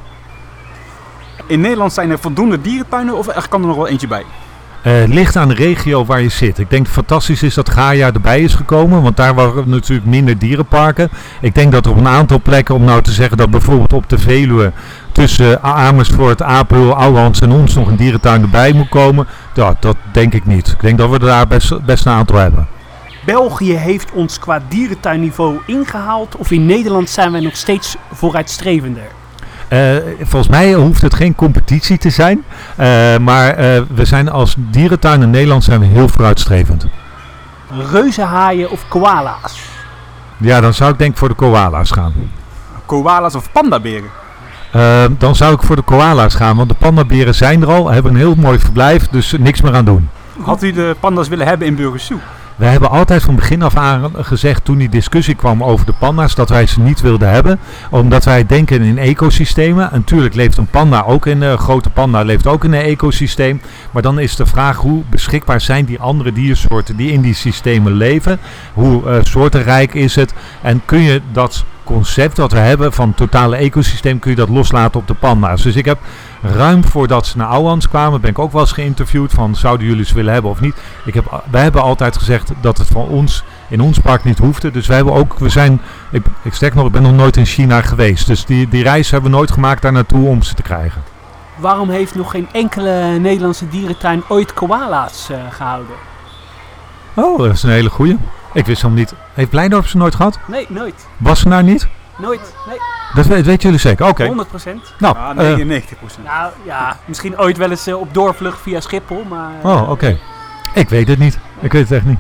In Nederland zijn er voldoende dierentuinen of er kan er nog wel eentje bij? Uh, ligt aan de regio waar je zit. Ik denk dat het fantastisch is dat Gaia erbij is gekomen. Want daar waren natuurlijk minder dierenparken. Ik denk dat er op een aantal plekken, om nou te zeggen dat bijvoorbeeld op de Veluwe tussen Amersfoort, Apeldoorn, Ouwehands en ons nog een dierentuin erbij moet komen. Ja, dat denk ik niet. Ik denk dat we daar best, best een aantal hebben. België heeft ons qua dierentuinniveau ingehaald of in Nederland zijn wij nog steeds vooruitstrevender? Uh, volgens mij hoeft het geen competitie te zijn. Uh, maar uh, we zijn als dierentuin in Nederland zijn we heel vooruitstrevend. Reuzenhaaien of koala's? Ja, dan zou ik denk voor de koala's gaan. Koala's of pandaberen? Uh, dan zou ik voor de koala's gaan, want de pandaberen zijn er al, hebben een heel mooi verblijf, dus niks meer aan doen. Had u de panda's willen hebben in Burgersoe? We hebben altijd van begin af aan gezegd, toen die discussie kwam over de panda's, dat wij ze niet wilden hebben. Omdat wij denken in ecosystemen. En natuurlijk leeft een panda ook in, een grote panda leeft ook in een ecosysteem. Maar dan is de vraag, hoe beschikbaar zijn die andere diersoorten die in die systemen leven? Hoe uh, soortenrijk is het? En kun je dat concept wat we hebben van het totale ecosysteem, kun je dat loslaten op de panda's. Dus ik heb ruim voordat ze naar Ouwehands kwamen, ben ik ook wel eens geïnterviewd van, zouden jullie ze willen hebben of niet? Ik heb, wij hebben altijd gezegd dat het van ons, in ons park niet hoefde. Dus wij hebben ook, we zijn, ik, ik sterk nog, ik ben nog nooit in China geweest. Dus die, die reis hebben we nooit gemaakt daar naartoe om ze te krijgen. Waarom heeft nog geen enkele Nederlandse dierentuin ooit koala's uh, gehouden? Oh, dat is een hele goeie. Ik wist hem niet. Heeft Blijdorp ze nooit gehad? Nee, nooit. Wassenaar niet? Nooit, nee. Dat weet, weten jullie zeker? Oké. Okay. honderd procent. Nou, ja, negenennegentig procent. Uh, nou ja, misschien ooit wel eens uh, op doorvlucht via Schiphol, maar... Uh, oh, oké. Okay. Ik weet het niet. Ik weet het echt niet.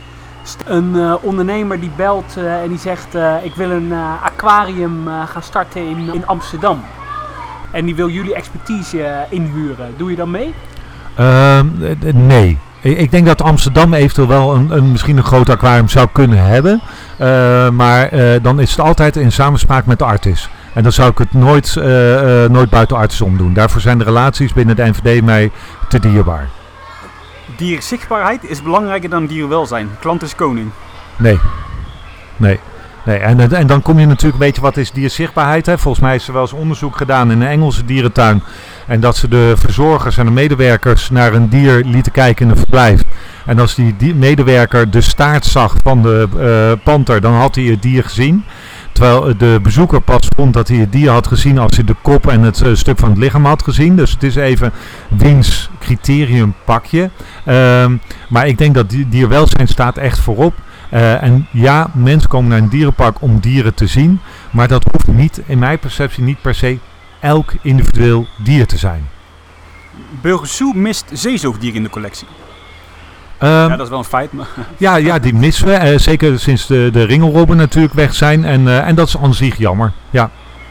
Een uh, ondernemer die belt uh, en die zegt, uh, ik wil een uh, aquarium uh, gaan starten in, in Amsterdam. En die wil jullie expertise uh, inhuren. Doe je dan mee? Uh, nee. Ik denk dat Amsterdam eventueel wel een, een, misschien een groot aquarium zou kunnen hebben. Uh, maar uh, dan is het altijd in samenspraak met de Artis. En dan zou ik het nooit, uh, uh, nooit buiten Artis omdoen. Daarvoor zijn de relaties binnen de N V D mij te dierbaar. Dierzichtbaarheid is belangrijker dan dierenwelzijn. Klant is koning. Nee. Nee. Nee, en, en dan kom je natuurlijk een beetje, wat is dierzichtbaarheid? Hè? Volgens mij is er wel eens onderzoek gedaan in een Engelse dierentuin. En dat ze de verzorgers en de medewerkers naar een dier lieten kijken in een verblijf. En als die, die medewerker de staart zag van de uh, panter, dan had hij het dier gezien. Terwijl de bezoeker pas vond dat hij het dier had gezien als hij de kop en het uh, stuk van het lichaam had gezien. Dus het is even wiens criterium pak je. Uh, maar ik denk dat die, dierwelzijn staat echt voorop. Uh, en ja, mensen komen naar een dierenpark om dieren te zien. Maar dat hoeft niet, in mijn perceptie, niet per se elk individueel dier te zijn. Burgersoe mist zeezoogdieren in de collectie. Um, ja, dat is wel een feit. Maar ja, ja, die missen we. Uh, zeker sinds de, de ringelrobben natuurlijk weg zijn. En, uh, en dat is aan zich jammer. Ja.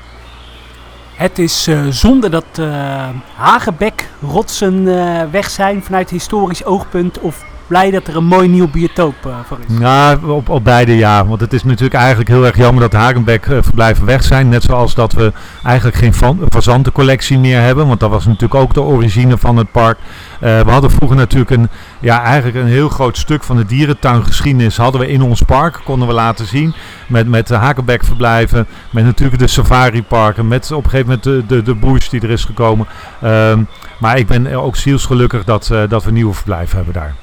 Het is uh, zonde dat uh, Hagebek-rotsen uh, weg zijn vanuit historisch oogpunt. Of blij dat er een mooi nieuw biotoop uh, voor is? Nou, op, op beide ja. Want het is natuurlijk eigenlijk heel erg jammer dat de Hagenbeck-verblijven weg zijn. Net zoals dat we eigenlijk geen van, fazantencollectie meer hebben. Want dat was natuurlijk ook de origine van het park. Uh, we hadden vroeger natuurlijk een, ja, eigenlijk een heel groot stuk van de dierentuingeschiedenis hadden we in ons park. Konden we laten zien. Met, met de Hagenbeck-verblijven. Met natuurlijk de safariparken. Met op een gegeven moment de, de, de Bush die er is gekomen. Um, maar ik ben ook zielsgelukkig dat, uh, dat we nieuwe verblijven hebben daar.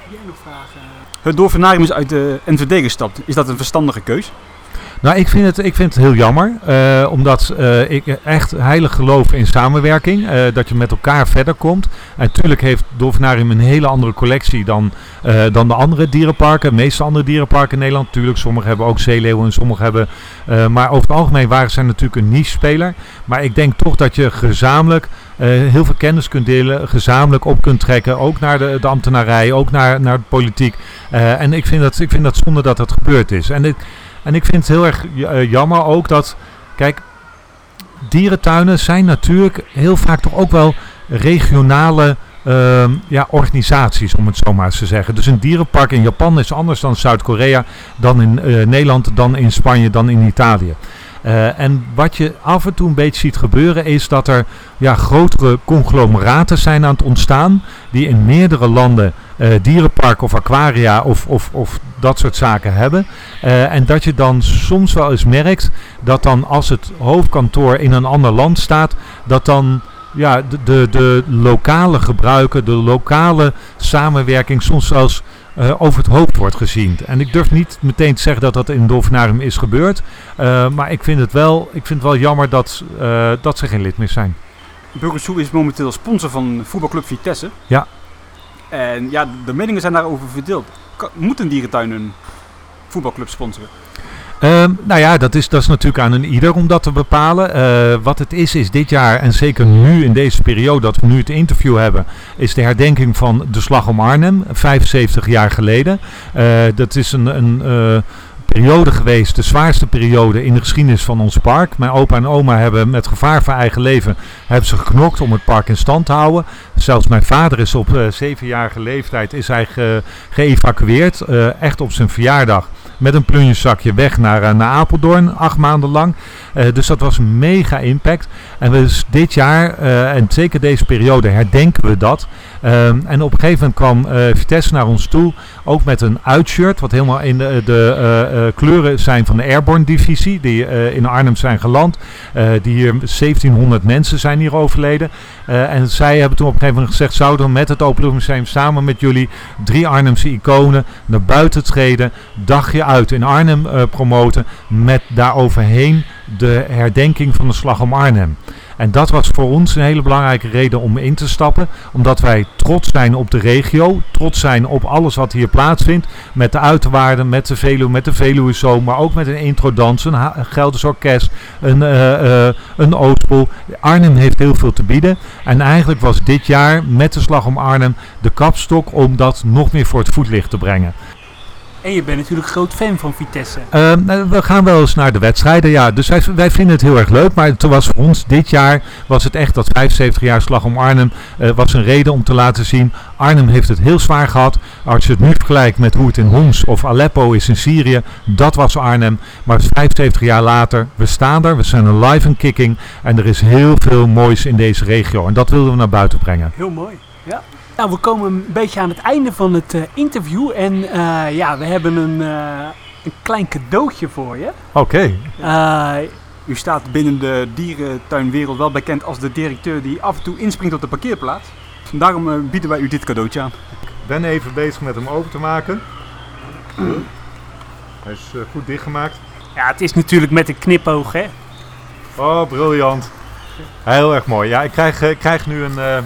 jij nog vragen? Het dolfinarium is uit de N V D gestapt. Is dat een verstandige keus? Nou, ik vind het, ik vind het heel jammer, uh, omdat uh, ik echt heilig geloof in samenwerking, uh, dat je met elkaar verder komt. En natuurlijk heeft Dolfinarium een hele andere collectie dan, uh, dan de andere dierenparken, de meeste andere dierenparken in Nederland. Natuurlijk, sommige hebben ook zeeleeuwen en sommige hebben, uh, maar over het algemeen waren zij natuurlijk een niche-speler. Maar ik denk toch dat je gezamenlijk uh, heel veel kennis kunt delen, gezamenlijk op kunt trekken, ook naar de, de ambtenarij, ook naar, naar de politiek. Uh, en ik vind, dat, ik vind dat zonde dat dat gebeurd is. En ik, En ik vind het heel erg uh, jammer ook dat, kijk, dierentuinen zijn natuurlijk heel vaak toch ook wel regionale uh, ja, organisaties, om het zo maar eens te zeggen. Dus een dierenpark in Japan is anders dan Zuid-Korea, dan in uh, Nederland, dan in Spanje, dan in Italië. Uh, en wat je af en toe een beetje ziet gebeuren is dat er ja, grotere conglomeraten zijn aan het ontstaan die in meerdere landen uh, dierenparken of aquaria of, of, of dat soort zaken hebben. Uh, en dat je dan soms wel eens merkt dat dan als het hoofdkantoor in een ander land staat, dat dan ja, de, de, de lokale gebruiken, de lokale samenwerking soms zelfs Uh, over het hoofd wordt gezien. En ik durf niet meteen te zeggen dat dat in het Dolfinarium is gebeurd. Uh, maar ik vind het wel, ik vind het wel jammer dat, uh, dat ze geen lid meer zijn. Burgersoe is momenteel sponsor van voetbalclub Vitesse. Ja. En ja, de meningen zijn daarover verdeeld. Kan, moet een dierentuin een voetbalclub sponsoren? Uh, nou ja, dat is, dat is natuurlijk aan een ieder om dat te bepalen. Uh, wat het is, is dit jaar en zeker nu in deze periode dat we nu het interview hebben, is de herdenking van de Slag om Arnhem, vijfenzeventig jaar geleden. Uh, dat is een, een uh, periode geweest, de zwaarste periode in de geschiedenis van ons park. Mijn opa en oma hebben met gevaar voor eigen leven hebben ze geknokt om het park in stand te houden. Zelfs mijn vader is op uh, zevenjarige leeftijd is hij ge, geëvacueerd, uh, echt op zijn verjaardag. Met een plunjeszakje weg naar, uh, naar Apeldoorn, acht maanden lang. Uh, dus dat was een mega impact. En we dus dit jaar, uh, en zeker deze periode, herdenken we dat. Uh, en op een gegeven moment kwam uh, Vitesse naar ons toe, ook met een uitshirt, wat helemaal in de, de uh, uh, kleuren zijn van de Airborne divisie, die uh, in Arnhem zijn geland. Uh, die hier zeventienhonderd mensen zijn hier overleden. Uh, en zij hebben toen op een gegeven moment gezegd, zouden we met het Openluchtmuseum samen met jullie drie Arnhemse iconen naar buiten treden, dagje uit in Arnhem uh, promoten, met daaroverheen de herdenking van de Slag om Arnhem. En dat was voor ons een hele belangrijke reden om in te stappen. Omdat wij trots zijn op de regio. Trots zijn op alles wat hier plaatsvindt. Met de uiterwaarden, met de Veluwe, met de Veluwe Zoom. Maar ook met een introdans, een ha- Gelders Orkest, een, uh, uh, een Oostpol. Arnhem heeft heel veel te bieden. En eigenlijk was dit jaar met de Slag om Arnhem de kapstok om dat nog meer voor het voetlicht te brengen. En je bent natuurlijk groot fan van Vitesse. Uh, we gaan wel eens naar de wedstrijden, ja. Dus wij, wij vinden het heel erg leuk. Maar het was voor ons dit jaar, was het echt dat vijfenzeventig jaar Slag om Arnhem uh, was een reden om te laten zien. Arnhem heeft het heel zwaar gehad. Als je het nu vergelijkt met hoe het in Homs of Aleppo is in Syrië, dat was Arnhem. Maar vijfenzeventig jaar later, we staan er, we zijn er live en kicking. En er is heel veel moois in deze regio. En dat wilden we naar buiten brengen. Heel mooi, ja. Nou, we komen een beetje aan het einde van het uh, interview en uh, ja, we hebben een, uh, een klein cadeautje voor je. Oké. Okay. Uh, U staat binnen de dierentuinwereld wel bekend als de directeur die af en toe inspringt op de parkeerplaats. Daarom uh, bieden wij u dit cadeautje aan. Ik ben even bezig met hem open te maken. Mm. Hij is uh, goed dichtgemaakt. Ja, het is natuurlijk met een knipoog, hè. Oh, briljant. Heel erg mooi. Ja, ik krijg, uh, ik krijg nu een... Uh,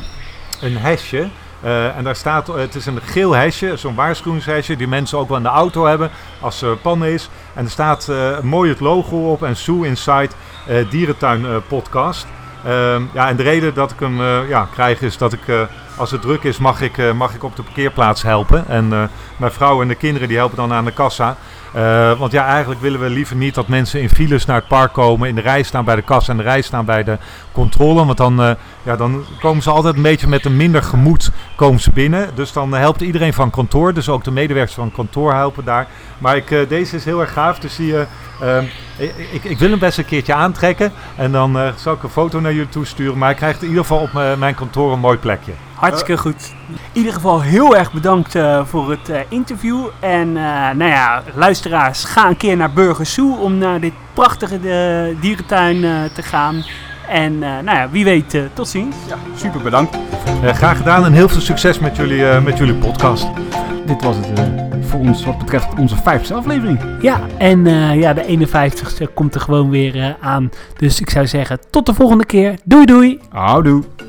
Een hesje. Uh, en daar staat, uh, het is een geel hesje, zo'n waarschuwingshesje die mensen ook wel in de auto hebben als er uh, pannen is. En er staat uh, mooi het logo op en Zoo Inside uh, Dierentuin uh, podcast. Uh, ja, en de reden dat ik hem uh, ja, krijg is dat ik, uh, als het druk is, mag ik, uh, mag ik op de parkeerplaats helpen. En uh, mijn vrouw en de kinderen die helpen dan aan de kassa. Uh, want ja, eigenlijk willen we liever niet dat mensen in files naar het park komen, in de rij staan bij de kassa en de rij staan bij de controle. Want dan, uh, ja, dan komen ze altijd een beetje met een minder gemoed komen ze binnen. Dus dan uh, helpt iedereen van kantoor, dus ook de medewerkers van kantoor helpen daar. Maar ik, uh, deze is heel erg gaaf, dus zie je, uh, ik, ik, ik wil hem best een keertje aantrekken. En dan uh, zal ik een foto naar jullie toesturen, maar hij krijgt in ieder geval op uh, mijn kantoor een mooi plekje. Hartstikke goed. In ieder geval heel erg bedankt uh, voor het uh, interview. En uh, nou ja, luisteraars, ga een keer naar Burgersoe om naar dit prachtige uh, dierentuin uh, te gaan. En uh, nou ja, wie weet, uh, tot ziens. Ja, super bedankt. Uh, graag gedaan en heel veel succes met jullie, uh, met jullie podcast. Dit was het uh, voor ons wat betreft onze vijftigste aflevering. Ja, en uh, ja, de eenenvijftigste komt er gewoon weer uh, aan. Dus ik zou zeggen, tot de volgende keer. Doei doei! Houdoe!